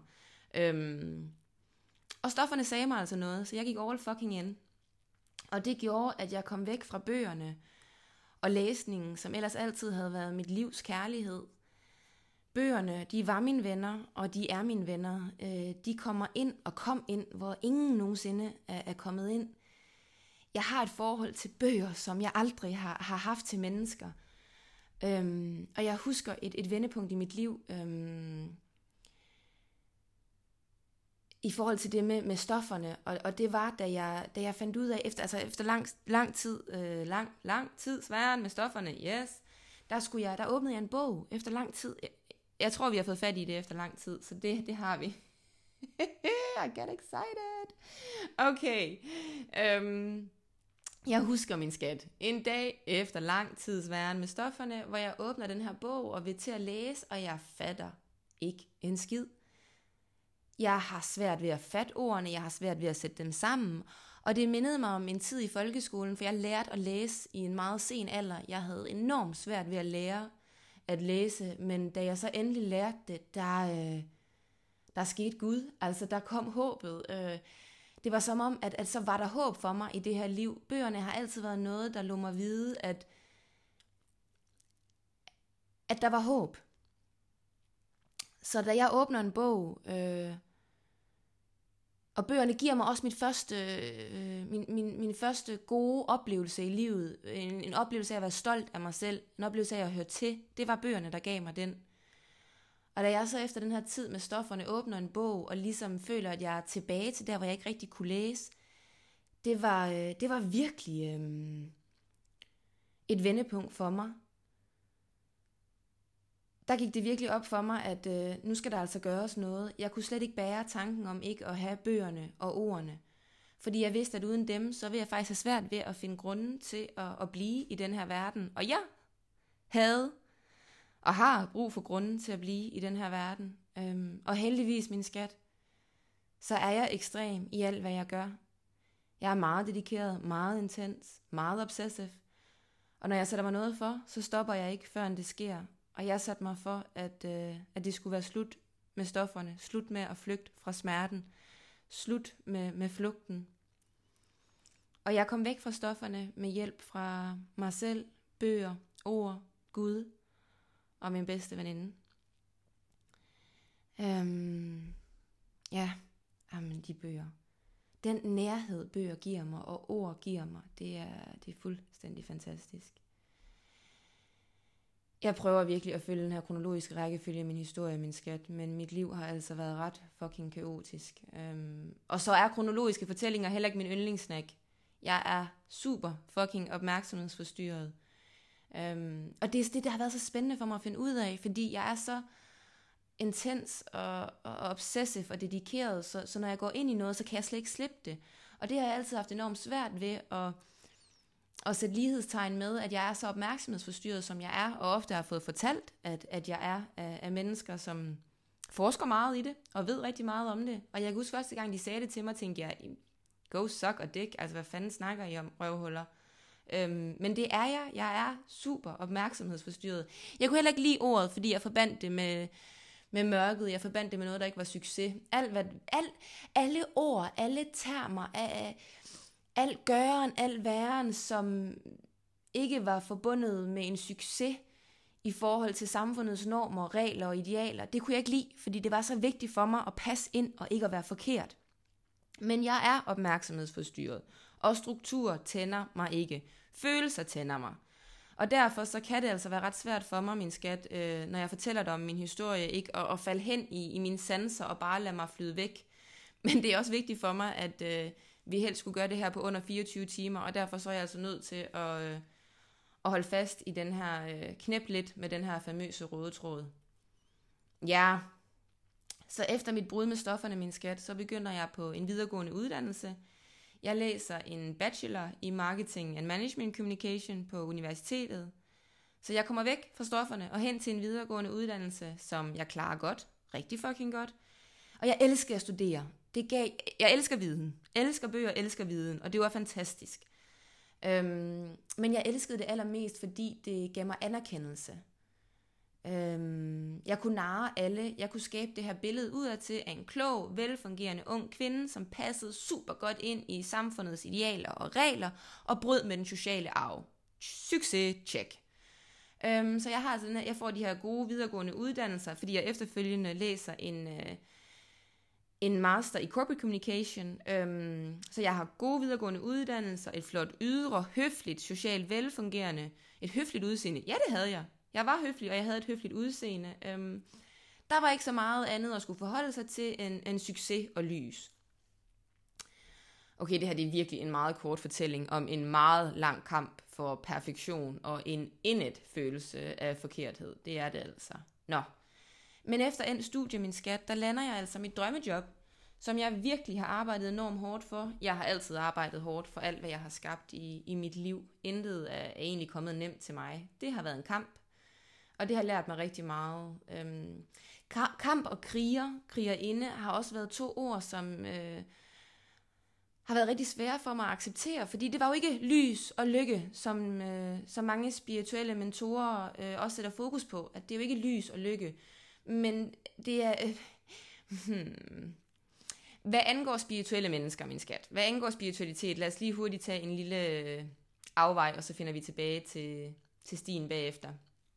Og stofferne sagde mig altså noget, så jeg gik all fucking ind. Og det gjorde, at jeg kom væk fra bøgerne og læsningen, som ellers altid havde været mit livs kærlighed. Bøgerne, de var mine venner, og de er mine venner. De kommer ind og kom ind, hvor ingen nogensinde er kommet ind. Jeg har et forhold til bøger, som jeg aldrig har haft til mennesker. Og jeg husker et vendepunkt i mit liv, i forhold til det med stofferne, og det var, da jeg fandt ud af, efter lang tid sværen med stofferne, yes, der åbnede jeg en bog efter lang tid. Jeg tror, vi har fået fat i det efter lang tid, så det har vi. I get excited. Okay. Jeg husker min skat. En dag efter lang tids væren med stofferne, hvor jeg åbner den her bog og vil til at læse, og jeg fatter ikke en skid. Jeg har svært ved at fatte ordene, jeg har svært ved at sætte dem sammen, og det mindede mig om en tid i folkeskolen, for jeg lærte at læse i en meget sen alder. Jeg havde enormt svært ved at lære at læse, men da jeg så endelig lærte det, der skete Gud. Altså, der kom håbet. Det var som om, at så var der håb for mig i det her liv. Bøgerne har altid været noget, der lod mig vide, at der var håb. Så da jeg åbner en bog, og bøgerne giver mig også min første gode oplevelse i livet, en oplevelse af at være stolt af mig selv, en oplevelse af at høre til, det var bøgerne, der gav mig den. Og da jeg så efter den her tid med stofferne åbner en bog, og ligesom føler, at jeg er tilbage til der, hvor jeg ikke rigtig kunne læse, det var virkelig et vendepunkt for mig. Der gik det virkelig op for mig, at nu skal der altså gøres noget. Jeg kunne slet ikke bære tanken om ikke at have bøgerne og ordene. Fordi jeg vidste, at uden dem, så ville jeg faktisk have svært ved at finde grunden til at blive i den her verden. Og jeg havde og har brug for grunden til at blive i den her verden. Og heldigvis, min skat, så er jeg ekstrem i alt, hvad jeg gør. Jeg er meget dedikeret, meget intens, meget obsessiv. Og når jeg sætter mig noget for, så stopper jeg ikke, før det sker. Og jeg satte mig for, at det skulle være slut med stofferne. Slut med at flygte fra smerten. Slut med flugten. Og jeg kom væk fra stofferne med hjælp fra mig selv, bøger, ord, Gud og min bedste veninde. De bøger. Den nærhed, bøger giver mig, og ord giver mig, det er fuldstændig fantastisk. Jeg prøver virkelig at følge den her kronologiske rækkefølge i min historie, min skat, men mit liv har altså været ret fucking kaotisk. Og så er kronologiske fortællinger heller ikke min yndlingssnack. Jeg er super fucking opmærksomhedsforstyrret. Og det er det, der har været så spændende for mig at finde ud af, fordi jeg er så intens og obsessiv og dedikeret, så når jeg går ind i noget, så kan jeg slet ikke slippe det. Og det har jeg altid haft enormt svært ved at sætte lighedstegn med, at jeg er så opmærksomhedsforstyrret, som jeg er, og ofte har fået fortalt, at jeg er af mennesker, som forsker meget i det, og ved rigtig meget om det. Og jeg kan huske første gang, de sagde det til mig, tænkte jeg, go suck og dick, altså hvad fanden snakker I om, røvhuller? Men det er jeg. Jeg er super opmærksomhedsforstyrret. Jeg kunne heller ikke lide ordet, fordi jeg forbandt det med mørket. Jeg forbandt det med noget, der ikke var succes. Alle ord, alle termer, al gøren, al væren, som ikke var forbundet med en succes i forhold til samfundets normer, regler og idealer, det kunne jeg ikke lide, fordi det var så vigtigt for mig at passe ind og ikke at være forkert. Men jeg er opmærksomhedsforstyrret, og struktur tænder mig ikke. Følelser tænder mig. Og derfor så kan det altså være ret svært for mig, min skat, når jeg fortæller dig om min historie, ikke at falde hen i mine sanser og bare lade mig flyde væk. Men det er også vigtigt for mig, at vi helst skulle gøre det her på under 24 timer, og derfor så er jeg altså nødt til at holde fast i den her, knæp lidt med den her famøse røde tråd. Ja, så efter mit brud med stofferne, min skat, så begynder jeg på en videregående uddannelse. Jeg læser en bachelor i Marketing and Management Communication på universitetet. Så jeg kommer væk fra stofferne og hen til en videregående uddannelse, som jeg klarer godt, rigtig fucking godt. Og jeg elsker at studere. Jeg elsker viden. Elsker bøger, elsker viden, og det var fantastisk. Men jeg elskede det allermest, fordi det gav mig anerkendelse. Jeg kunne narre alle. Jeg kunne skabe det her billede udadtil af en klog, velfungerende ung kvinde, som passede super godt ind i samfundets idealer og regler og brød med den sociale arv. Succes, check. Så jeg får de her gode videregående uddannelser, fordi jeg efterfølgende læser en master i corporate communication. Så jeg har gode videregående uddannelser, et flot ydre, høfligt, socialt velfungerende, et høfligt udseende. Ja, det havde jeg. Jeg var høflig, og jeg havde et høfligt udseende. Der var ikke så meget andet at skulle forholde sig til end succes og lys. Okay, det her det er virkelig en meget kort fortælling om en meget lang kamp for perfektion og en indet følelse af forkerthed. Det er det altså. Nå. Men efter endt studie, min skat, der lander jeg altså mit drømmejob, som jeg virkelig har arbejdet enormt hårdt for. Jeg har altid arbejdet hårdt for alt, hvad jeg har skabt i mit liv. Intet er egentlig kommet nemt til mig. Det har været en kamp. Og det har lært mig rigtig meget. Kamp og krigerinde har også været 2 ord, som har været rigtig svære for mig at acceptere. Fordi det var jo ikke lys og lykke, som mange spirituelle mentorer også sætter fokus på. At det er jo ikke lys og lykke. Men det er... Hvad angår spirituelle mennesker, min skat. Hvad angår spiritualitet, lad os lige hurtigt tage en lille afvej, og så finder vi tilbage til stien bagefter.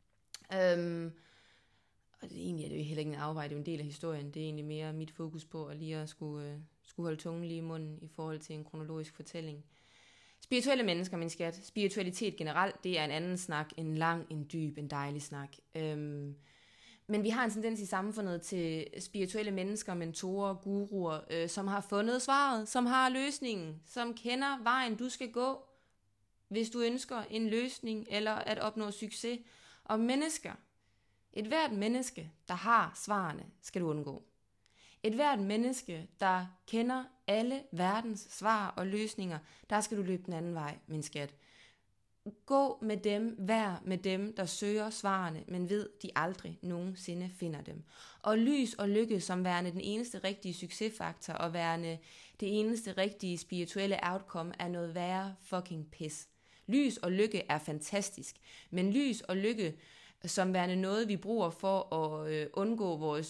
Og egentlig er det jo heller ikke en afvej, det er jo en del af historien. Det er egentlig mere mit fokus på at lige at skulle holde tungen lige i munden i forhold til en kronologisk fortælling. Spirituelle mennesker, min skat, spiritualitet generelt, det er en anden snak, en lang, en dyb, en dejlig snak. Men vi har en tendens i samfundet til spirituelle mennesker, mentorer, guruer, som har fundet svaret, som har løsningen, som kender vejen, du skal gå, hvis du ønsker en løsning eller at opnå succes. Og mennesker, et hvert menneske, der har svarene, skal du undgå. Et hvert menneske, der kender alle verdens svar og løsninger, der skal du løbe den anden vej, min skat. Gå med dem, vær med dem, der søger svarene, men ved, de aldrig nogensinde finder dem. Og lys og lykke som værende den eneste rigtige succesfaktor, og værende det eneste rigtige spirituelle outcome, er noget værre fucking pis. Lys og lykke er fantastisk, men lys og lykke som værende noget, vi bruger for at undgå vores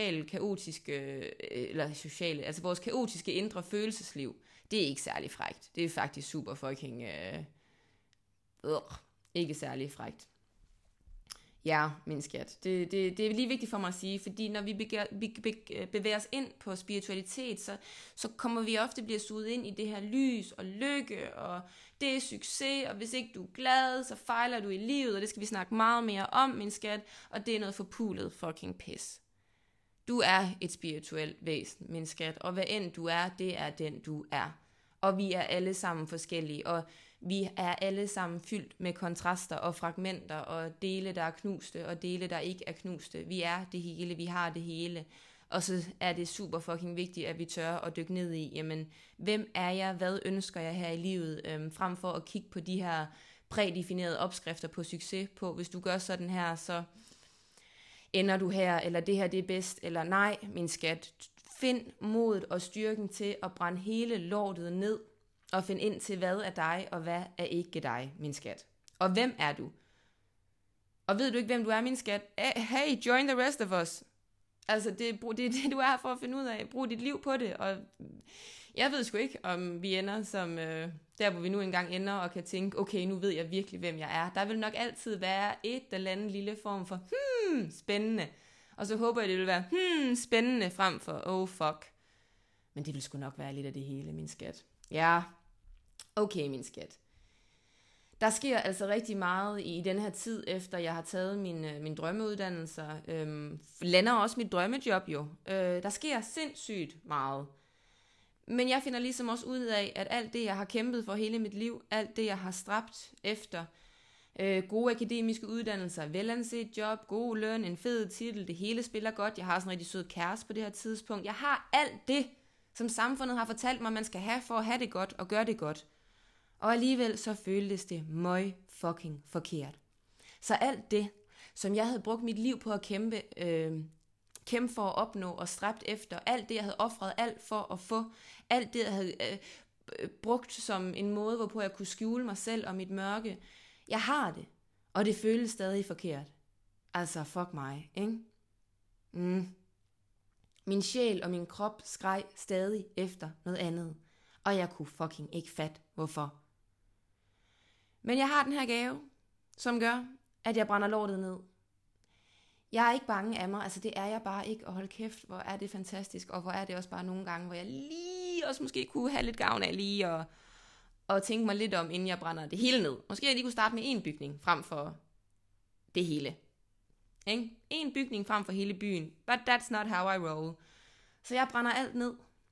vores kaotiske indre følelsesliv, det er ikke særlig frækt. Det er faktisk super fucking ikke særlig frækt. Ja, min skat. Det er lige vigtigt for mig at sige, fordi når vi bevæger os ind på spiritualitet, så kommer vi ofte bliver suget ind i det her lys og lykke, og det er succes, og hvis ikke du er glad, så fejler du i livet, og det skal vi snakke meget mere om, min skat, og det er noget forpulet fucking pis. Du er et spirituelt væsen, min skat, og hvad end du er, det er den du er. Og vi er alle sammen forskellige, og vi er alle sammen fyldt med kontraster og fragmenter, og dele, der er knuste, og dele, der ikke er knuste. Vi er det hele, vi har det hele. Og så er det super fucking vigtigt, at vi tør at dykke ned i, jamen, hvem er jeg, hvad ønsker jeg her i livet, frem for at kigge på de her prædefinerede opskrifter på succes på, hvis du gør sådan her, så ender du her, eller det her det er bedst, eller nej, min skat. Find modet og styrken til at brænde hele lortet ned, og find ind til, hvad er dig, og hvad er ikke dig, min skat. Og hvem er du? Og ved du ikke, hvem du er, min skat? Hey, join the rest of us. Altså, det er det, du er her for at finde ud af. Brug dit liv på det. Og jeg ved sgu ikke, om vi ender som der, hvor vi nu engang ender, og kan tænke, okay, nu ved jeg virkelig, hvem jeg er. Der vil nok altid være et eller andet lille form for, spændende. Og så håber jeg, det vil være, spændende, frem for, oh fuck. Men det vil sgu nok være lidt af det hele, min skat. Ja, okay, min skat. Der sker altså rigtig meget i den her tid, efter jeg har taget min drømmeuddannelser. Lander også mit drømmejob jo. Der sker sindssygt meget. Men jeg finder ligesom også ud af, at alt det, jeg har kæmpet for hele mit liv, alt det, jeg har stræbt efter, gode akademiske uddannelser, velanset job, god løn, en fed titel, det hele spiller godt, jeg har sådan en rigtig sød kæreste på det her tidspunkt. Jeg har alt det, som samfundet har fortalt mig, man skal have for at have det godt og gøre det godt. Og alligevel så føltes det møg fucking forkert. Så alt det, som jeg havde brugt mit liv på at kæmpe for at opnå og stræbt efter, alt det, jeg havde offret alt for at få, alt det, jeg havde brugt som en måde, hvorpå jeg kunne skjule mig selv og mit mørke, jeg har det, og det føles stadig forkert. Altså, fuck mig, ikke? Min sjæl og min krop skreg stadig efter noget andet, og jeg kunne fucking ikke fatte, hvorfor. Men jeg har den her gave, som gør, at jeg brænder lortet ned. Jeg er ikke bange af mig, altså det er jeg bare ikke, og hold kæft, hvor er det fantastisk, og hvor er det også bare nogle gange, hvor jeg lige også måske kunne have lidt gavn af lige og tænke mig lidt om, inden jeg brænder det hele ned. Måske jeg lige kunne starte med en bygning, frem for det hele. Ikke? En bygning frem for hele byen, but that's not how I roll. Så jeg brænder alt ned.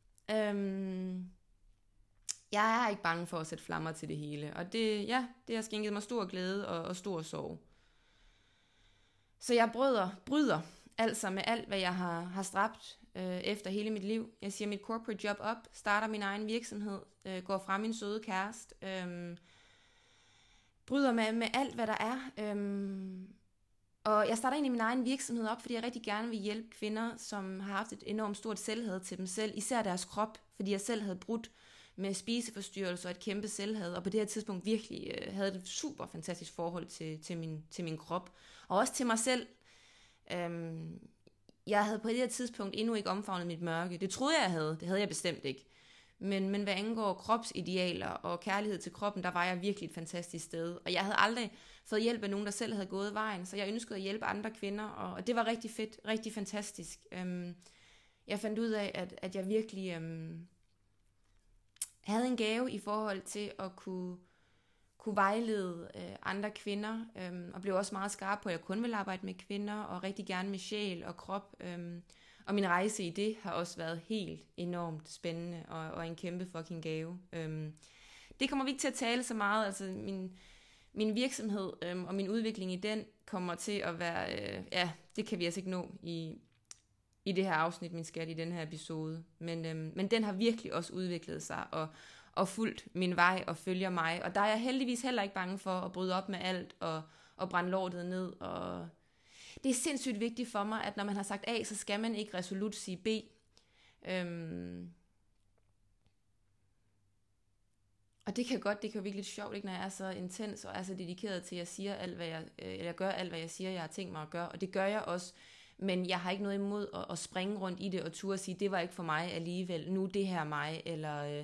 Jeg er ikke bange for at sætte flammer til det hele, og det har skænket mig stor glæde og stor sorg. Så jeg bryder altså med alt, hvad jeg har stræbt efter hele mit liv. Jeg siger mit corporate job op, starter min egen virksomhed, går fra min søde kæreste, bryder med alt, hvad der er. Og jeg starter egentlig min egen virksomhed op, fordi jeg rigtig gerne vil hjælpe kvinder, som har haft et enormt stort selvhad til dem selv, især deres krop, fordi jeg selv havde brudt med spiseforstyrrelser og et kæmpe selvhad, og på det her tidspunkt virkelig havde et super fantastisk forhold til min krop, og også til mig selv. Jeg havde på det her tidspunkt endnu ikke omfavnet mit mørke. Det troede jeg havde, det havde jeg bestemt ikke. Men hvad angår kropsidealer og kærlighed til kroppen, der var jeg virkelig et fantastisk sted. Og jeg havde aldrig fået hjælp af nogen, der selv havde gået vejen, så jeg ønskede at hjælpe andre kvinder, og det var rigtig fedt, rigtig fantastisk. Jeg fandt ud af, at jeg virkelig havde en gave i forhold til at kunne vejlede andre kvinder, og blev også meget skarp på, at jeg kun ville arbejde med kvinder, og rigtig gerne med sjæl og krop. Og min rejse i det har også været helt enormt spændende, og en kæmpe fucking gave. Det kommer vi ikke til at tale så meget, altså min virksomhed og min udvikling i den kommer til at være, det kan vi altså ikke nå i det her afsnit, min skat, i den her episode. Men den har virkelig også udviklet sig, og fulgt min vej og følger mig. Og der er jeg heldigvis heller ikke bange for at bryde op med alt og brænde lortet ned. Og det er sindssygt vigtigt for mig, at når man har sagt A, så skal man ikke resolut sige B. Og det kan virke lidt sjovt, ikke, når jeg er så intens og er så dedikeret til, at jeg siger alt, jeg gør alt, hvad jeg siger, jeg har tænkt mig at gøre. Og det gør jeg også. Men jeg har ikke noget imod at springe rundt i det og turde sige, det var ikke for mig alligevel. Nu det her mig, eller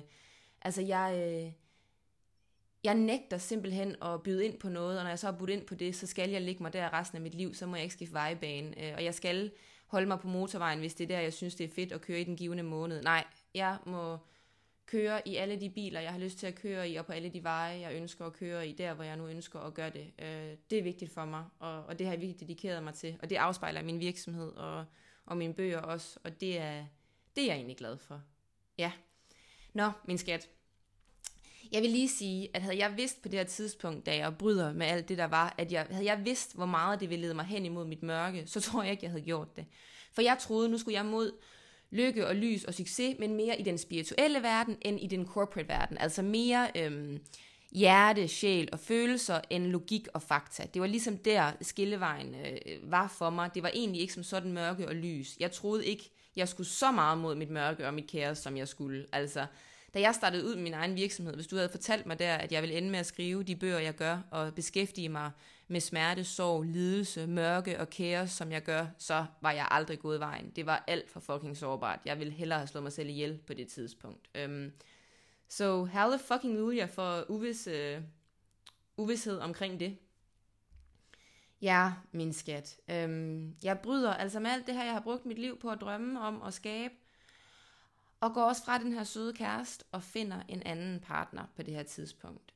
jeg nægter simpelthen at byde ind på noget, og når jeg så har budt ind på det, så skal jeg ligge mig der resten af mit liv, så må jeg ikke skifte vejbane, og jeg skal holde mig på motorvejen, hvis det er der, jeg synes, det er fedt at køre i den givende måned. Nej, jeg må køre i alle de biler, jeg har lyst til at køre i, og på alle de veje, jeg ønsker at køre i, der hvor jeg nu ønsker at gøre det. Det er vigtigt for mig, og det har jeg virkelig dedikeret mig til, og det afspejler min virksomhed og mine bøger også, og det er jeg egentlig glad for. Ja. Nå, min skat. Jeg vil lige sige, at havde jeg vidst på det her tidspunkt, da jeg bryder med alt det, der var, havde jeg vidst, hvor meget det ville lede mig hen imod mit mørke, så tror jeg ikke, jeg havde gjort det. For jeg troede, nu skulle jeg mod lykke og lys og succes, men mere i den spirituelle verden, end i den corporate verden. Altså mere hjerte, sjæl og følelser, end logik og fakta. Det var ligesom der, skillevejen var for mig. Det var egentlig ikke som sådan mørke og lys. Jeg troede ikke, jeg skulle så meget mod mit mørke og mit kaos, som jeg skulle. Altså, da jeg startede ud med min egen virksomhed, hvis du havde fortalt mig der, at jeg ville ende med at skrive de bøger, jeg gør, og beskæftige mig med smerte, sorg, lidelse, mørke og kaos, som jeg gør, så var jeg aldrig gået vejen. Det var alt for fucking sårbart. Jeg ville hellere have slået mig selv ihjel på det tidspunkt. Så hallelujah for uvished omkring det. Ja, min skat. Jeg bryder altså med alt det her, jeg har brugt mit liv på at drømme om at skabe, og går også fra den her søde kæreste og finder en anden partner på det her tidspunkt.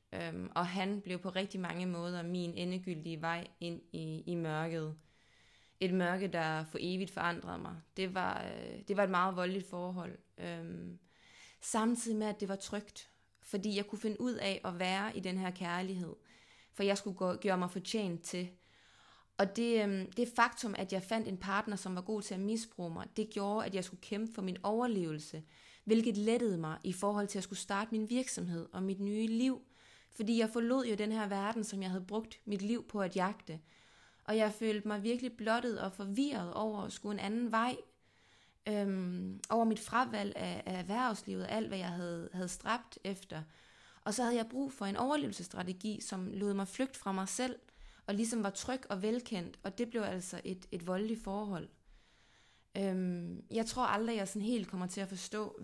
Og han blev på rigtig mange måder min endegyldige vej ind i mørket. Et mørke, der for evigt forandrede mig. Det var et meget voldeligt forhold. Samtidig med, at det var trygt. Fordi jeg kunne finde ud af at være i den her kærlighed. For jeg skulle gøre mig fortjent til. Og det faktum, at jeg fandt en partner, som var god til at misbruge mig, det gjorde, at jeg skulle kæmpe for min overlevelse. Hvilket lettede mig i forhold til at skulle starte min virksomhed og mit nye liv. Fordi jeg forlod jo den her verden, som jeg havde brugt mit liv på at jagte. Og jeg følte mig virkelig blottet og forvirret over at skulle en anden vej. Over mit fravalg af erhvervslivet og alt, hvad jeg havde stræbt efter. Og så havde jeg brug for en overlevelsesstrategi, som lod mig flygte fra mig selv, og ligesom var tryg og velkendt, og det blev altså et voldeligt forhold. Jeg tror aldrig, jeg sådan helt kommer til at forstå,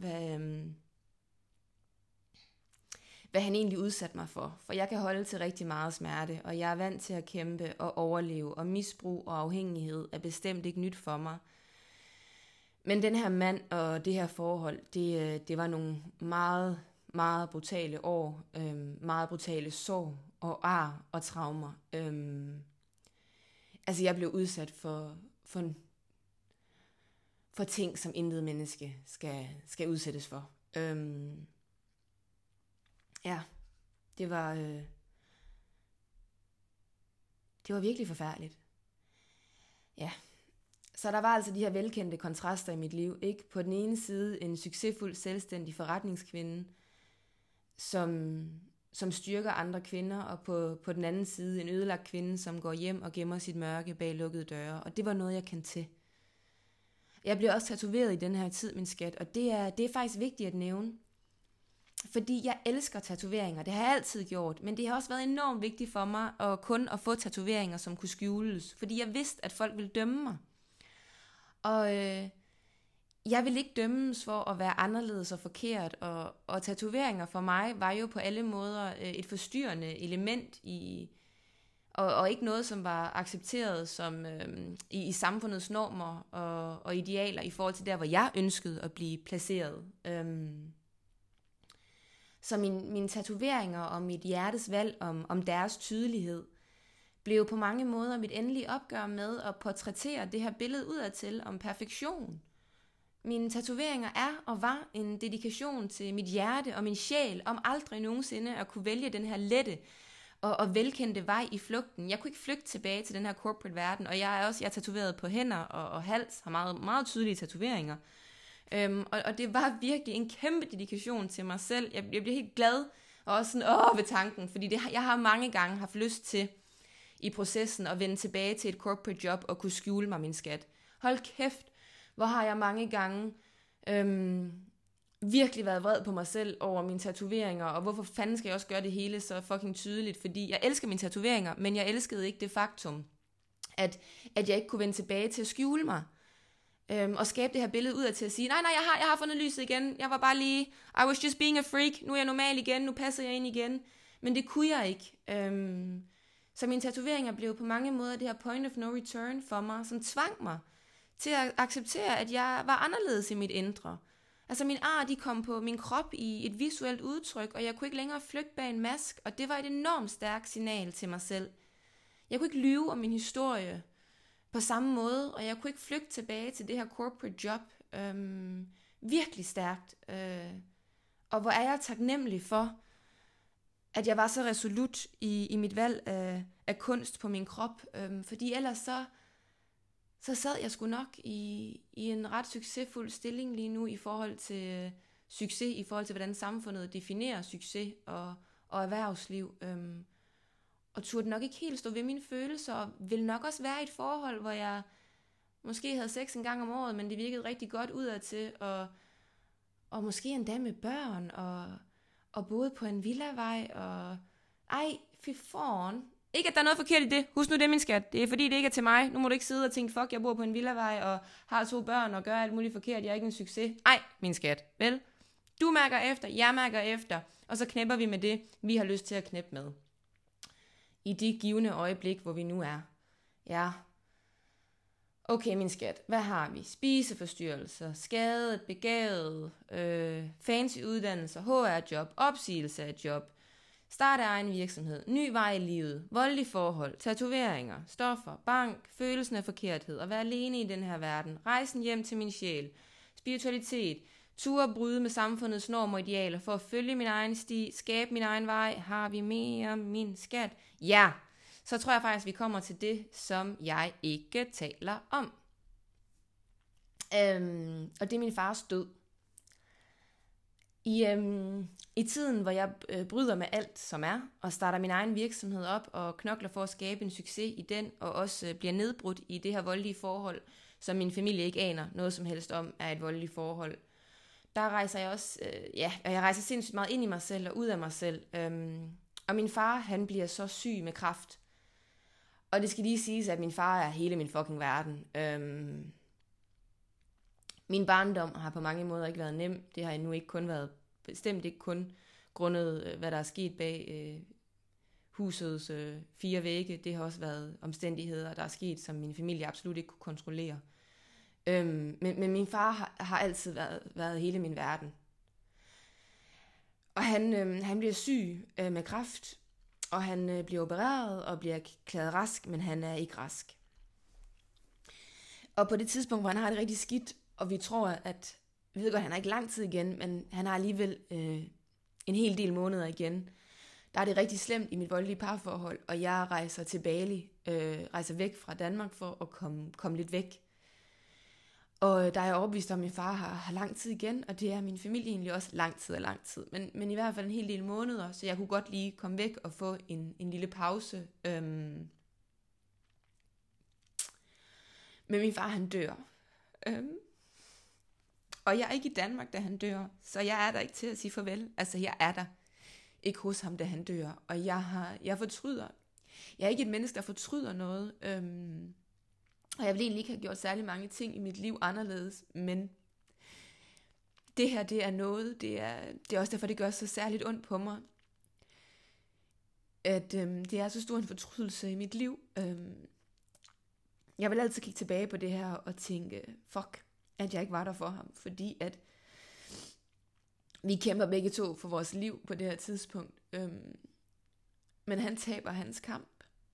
hvad han egentlig udsatte mig for. For jeg kan holde til rigtig meget smerte, og jeg er vant til at kæmpe og overleve, og misbrug og afhængighed er bestemt ikke nyt for mig. Men den her mand og det her forhold, det var nogle meget, meget brutale år, meget brutale sorg og ar og traumer. Altså jeg blev udsat for ting, som intet menneske skal udsættes for. Ja, det var virkelig forfærdeligt. Ja, så der var altså de her velkendte kontraster i mit liv. Ikke? På den ene side en succesfuld, selvstændig forretningskvinde, som styrker andre kvinder, og på den anden side en ødelagt kvinde, som går hjem og gemmer sit mørke bag lukkede døre. Og det var noget, jeg kendte til. Jeg blev også tatoveret i den her tid, min skat, og det er faktisk vigtigt at nævne. Fordi jeg elsker tatoveringer, det har jeg altid gjort, men det har også været enormt vigtigt for mig at få tatoveringer, som kunne skjules, fordi jeg vidste, at folk ville dømme mig. Og jeg ville ikke dømmes for at være anderledes og forkert, og tatoveringer for mig var jo på alle måder et forstyrrende element og ikke noget, som var accepteret som i samfundets normer og idealer i forhold til der, hvor jeg ønskede at blive placeret. Så mine tatoveringer og mit hjertes valg om deres tydelighed blev på mange måder mit endelige opgør med at portrættere det her billede udadtil om perfektion. Mine tatoveringer er og var en dedikation til mit hjerte og min sjæl, om aldrig nogensinde at kunne vælge den her lette og velkendte vej i flugten. Jeg kunne ikke flygte tilbage til den her corporate verden, og jeg er tatoveret på hænder og hals, har meget, meget tydelige tatoveringer. Og det var virkelig en kæmpe dedikation til mig selv. Jeg blev helt glad og også sådan, ved tanken, fordi jeg har mange gange haft lyst til i processen at vende tilbage til et corporate job og kunne skjule mig min skat. Hold kæft, hvor har jeg mange gange virkelig været vred på mig selv over mine tatoveringer, og hvorfor fanden skal jeg også gøre det hele så fucking tydeligt, fordi jeg elsker mine tatoveringer, men jeg elskede ikke det faktum, at jeg ikke kunne vende tilbage til at skjule mig. Og skabe det her billede ud af til at sige, nej, jeg har fundet lyset igen, jeg var bare lige, I was just being a freak, nu er jeg normal igen, nu passer jeg ind igen, men det kunne jeg ikke. Så mine tatoveringer blev på mange måder det her point of no return for mig, som tvang mig til at acceptere, at jeg var anderledes i mit indre. Altså min ar, de kom på min krop i et visuelt udtryk, og jeg kunne ikke længere flygte bag en mask, og det var et enormt stærkt signal til mig selv. Jeg kunne ikke lyve om min historie på samme måde, og jeg kunne ikke flygte tilbage til det her corporate job. Virkelig stærkt. Og hvor er jeg taknemmelig for, at jeg var så resolut i mit valg af kunst på min krop. Fordi ellers så sad jeg sgu nok i en ret succesfuld stilling lige nu i forhold til succes, i forhold til hvordan samfundet definerer succes og erhvervsliv. Og turde nok ikke helt stå ved mine følelser, og ville nok også være i et forhold, hvor jeg måske havde sex en gang om året, men det virkede rigtig godt udadtil, og måske endda med børn, og boede på en villavej, og fy foran. Ikke at der er noget forkert i det, husk nu det, min skat, det er fordi det ikke er til mig, nu må du ikke sidde og tænke, fuck, jeg bor på en villavej, og har 2 børn, og gør alt muligt forkert, jeg er ikke en succes. Min skat, vel? Du mærker efter, jeg mærker efter, og så knæpper vi med det, vi har lyst til at knæppe med. I det givende øjeblik, hvor vi nu er. Ja. Okay, min skat, hvad har vi? Spiseforstyrrelser, skadet, begavet, fancy uddannelser, HR-job, opsigelse af job, Start af egen virksomhed, ny vej i livet, voldelige forhold, tatoveringer, stoffer, bank, følelsen af forkerthed, at være alene i den her verden, rejsen hjem til min sjæl, spiritualitet, ture bryde med samfundets normer og idealer for at følge min egen sti, skabe min egen vej, har vi mere min skat? Ja, så tror jeg faktisk, vi kommer til det, som jeg ikke taler om. Og det er min fars død. I tiden, hvor jeg bryder med alt, som er, og starter min egen virksomhed op, og knokler for at skabe en succes i den, og også bliver nedbrudt i det her voldelige forhold, som min familie ikke aner noget som helst om, er et voldeligt forhold. Der rejser jeg også, jeg rejser sindssygt meget ind i mig selv, og ud af mig selv. Og min far, han bliver så syg med kræft. Og det skal lige siges, at min far er hele min fucking verden. Min barndom har på mange måder ikke været nem. Det har endnu ikke kun været, bestemt ikke kun grundet, hvad der er sket bag husets 4 vægge. Det har også været omstændigheder, der er sket, som min familie absolut ikke kunne kontrollere. Men min far har altid været hele min verden. Og han bliver syg med kræft, og han bliver opereret og bliver erklæret rask, men han er ikke rask. Og på det tidspunkt, hvor han har det rigtig skidt, og vi tror, at, vi ved godt, han har ikke lang tid igen, men han har alligevel en hel del måneder igen. Der er det rigtig slemt i mit voldelige parforhold, og jeg rejser til Bali, rejser væk fra Danmark for at komme lidt væk. Og der er jeg overbevist om, at min far har lang tid igen, og det er min familie egentlig også lang tid. Men i hvert fald en hel del måneder, så jeg kunne godt lige komme væk og få en lille pause. Men min far, han dør. Og jeg er ikke i Danmark, da han dør, så jeg er der ikke til at sige farvel. Altså, jeg er der ikke hos ham, da han dør. Og jeg fortryder. Jeg er ikke et menneske, der fortryder noget. Og jeg vil egentlig ikke have gjort særlig mange ting i mit liv anderledes, men det her, det er noget, det er også derfor, det gør så særligt ondt på mig, at det er så stor en fortrydelse i mit liv. Jeg vil altid kigge tilbage på det her og tænke, fuck, at jeg ikke var der for ham, fordi at vi kæmper begge to for vores liv på det her tidspunkt. Men han taber hans kamp.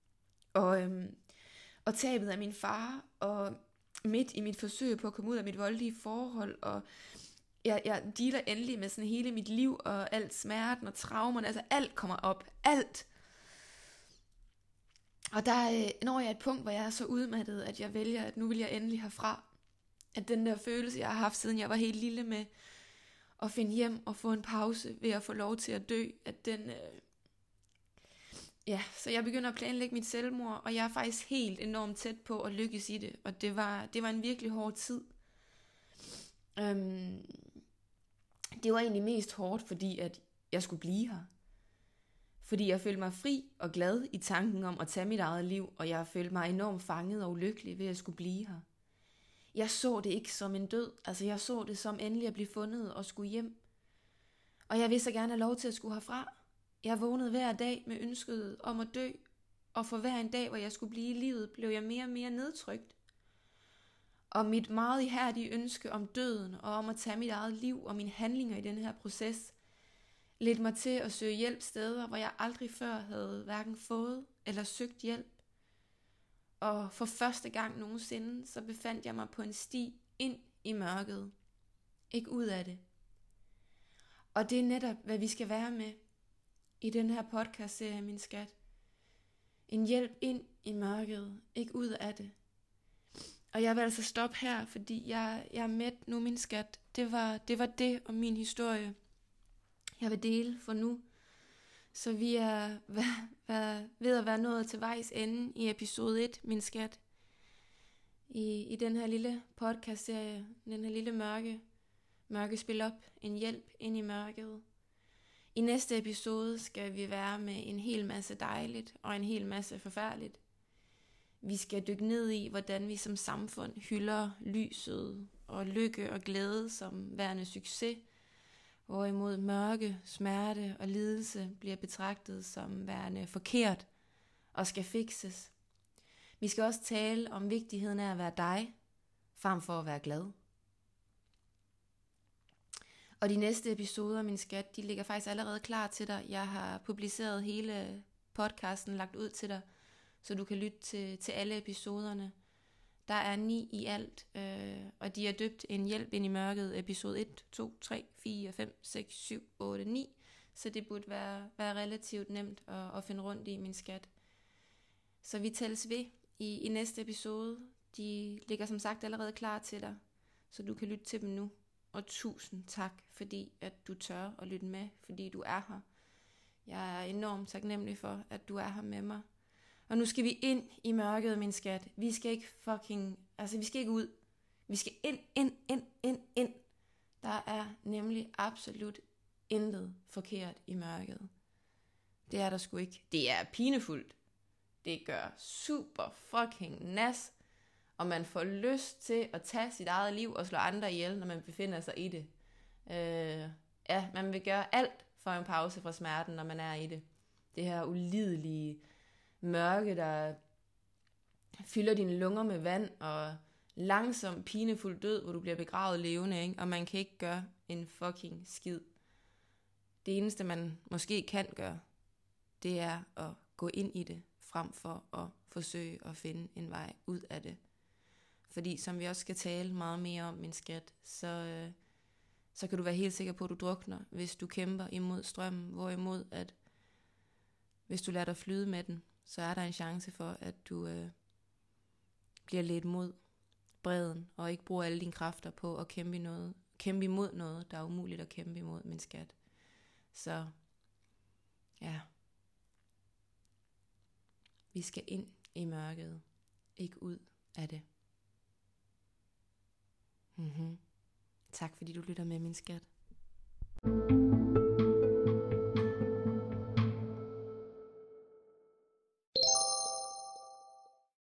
Og tabet af min far, og midt i mit forsøg på at komme ud af mit voldelige forhold, og jeg dealer endelig med sådan hele mit liv, og alt smerten og traumerne, altså alt kommer op, alt. Og der når jeg et punkt, hvor jeg er så udmattet, at jeg vælger, at nu vil jeg endelig herfra. At den der følelse, jeg har haft, siden jeg var helt lille med at finde hjem og få en pause ved at få lov til at dø, at den... så jeg begynder at planlægge mit selvmord, og jeg er faktisk helt enormt tæt på at lykkes i det, og det var en virkelig hård tid. Det var egentlig mest hårdt, fordi at jeg skulle blive her. Fordi jeg følte mig fri og glad i tanken om at tage mit eget liv, og jeg følte mig enormt fanget og ulykkelig ved at skulle blive her. Jeg så det ikke som en død, altså jeg så det som endelig at blive fundet og skulle hjem. Og jeg ville så gerne have lov til at skulle herfra. Jeg vågnede hver dag med ønsket om at dø, og for hver en dag, hvor jeg skulle blive i livet, blev jeg mere og mere nedtrykt. Og mit meget ihærdige ønske om døden, og om at tage mit eget liv og mine handlinger i den her proces, ledte mig til at søge hjælp steder, hvor jeg aldrig før havde hverken fået eller søgt hjælp. Og for første gang nogensinde, så befandt jeg mig på en sti ind i mørket. Ikke ud af det. Og det er netop, hvad vi skal være med i den her podcast-serie, min skat. En hjælp ind i mørket, ikke ud af det. Og jeg vil altså stoppe her, fordi jeg er mæt nu, min skat. Det var det og min historie, jeg vil dele for nu. Så vi er ved at være nået til vejs ende i episode 1, min skat. I den her lille podcast-serie, den her lille mørke spil op, en hjælp ind i mørket. I næste episode skal vi være med en hel masse dejligt og en hel masse forfærdeligt. Vi skal dykke ned i, hvordan vi som samfund hylder lyset og lykke og glæde som værende succes, hvorimod mørke, smerte og lidelse bliver betragtet som værende forkert og skal fikses. Vi skal også tale om vigtigheden af at være dig, frem for at være glad. Og de næste episoder, min skat, de ligger faktisk allerede klar til dig. Jeg har publiceret hele podcasten, lagt ud til dig, så du kan lytte til alle episoderne. Der er 9 i alt, og de er døbt En hjælp ind i mørket, episode 1, 2, 3, 4, 5, 6, 7, 8, 9. Så det burde være relativt nemt at finde rundt i, min skat. Så vi tælles ved i næste episode. De ligger som sagt allerede klar til dig, så du kan lytte til dem nu. Og tusind tak, fordi at du tør at lytte med, fordi du er her. Jeg er enormt taknemmelig for, at du er her med mig. Og nu skal vi ind i mørket, min skat. Vi skal ikke vi skal ikke ud. Vi skal ind. Der er nemlig absolut intet forkert i mørket. Det er der sgu ikke. Det er pinefuldt. Det gør super fucking nas. Og man får lyst til at tage sit eget liv og slå andre ihjel, når man befinder sig i det. Man vil gøre alt for en pause fra smerten, når man er i det. Det her ulidelige mørke, der fylder dine lunger med vand, og langsom, pinefuld død, hvor du bliver begravet levende, ikke? Og man kan ikke gøre en fucking skid. Det eneste, man måske kan gøre, det er at gå ind i det, frem for at forsøge at finde en vej ud af det. Fordi som vi også skal tale meget mere om, min skat, så kan du være helt sikker på, at du drukner, hvis du kæmper imod strømmen. Hvorimod, at hvis du lader dig flyde med den, så er der en chance for, at du bliver ledt mod bredden, og ikke bruger alle dine kræfter på at kæmpe imod noget, der er umuligt at kæmpe imod, min skat. Så ja, vi skal ind i mørket, ikke ud af det. Tak fordi du lytter med, min skat.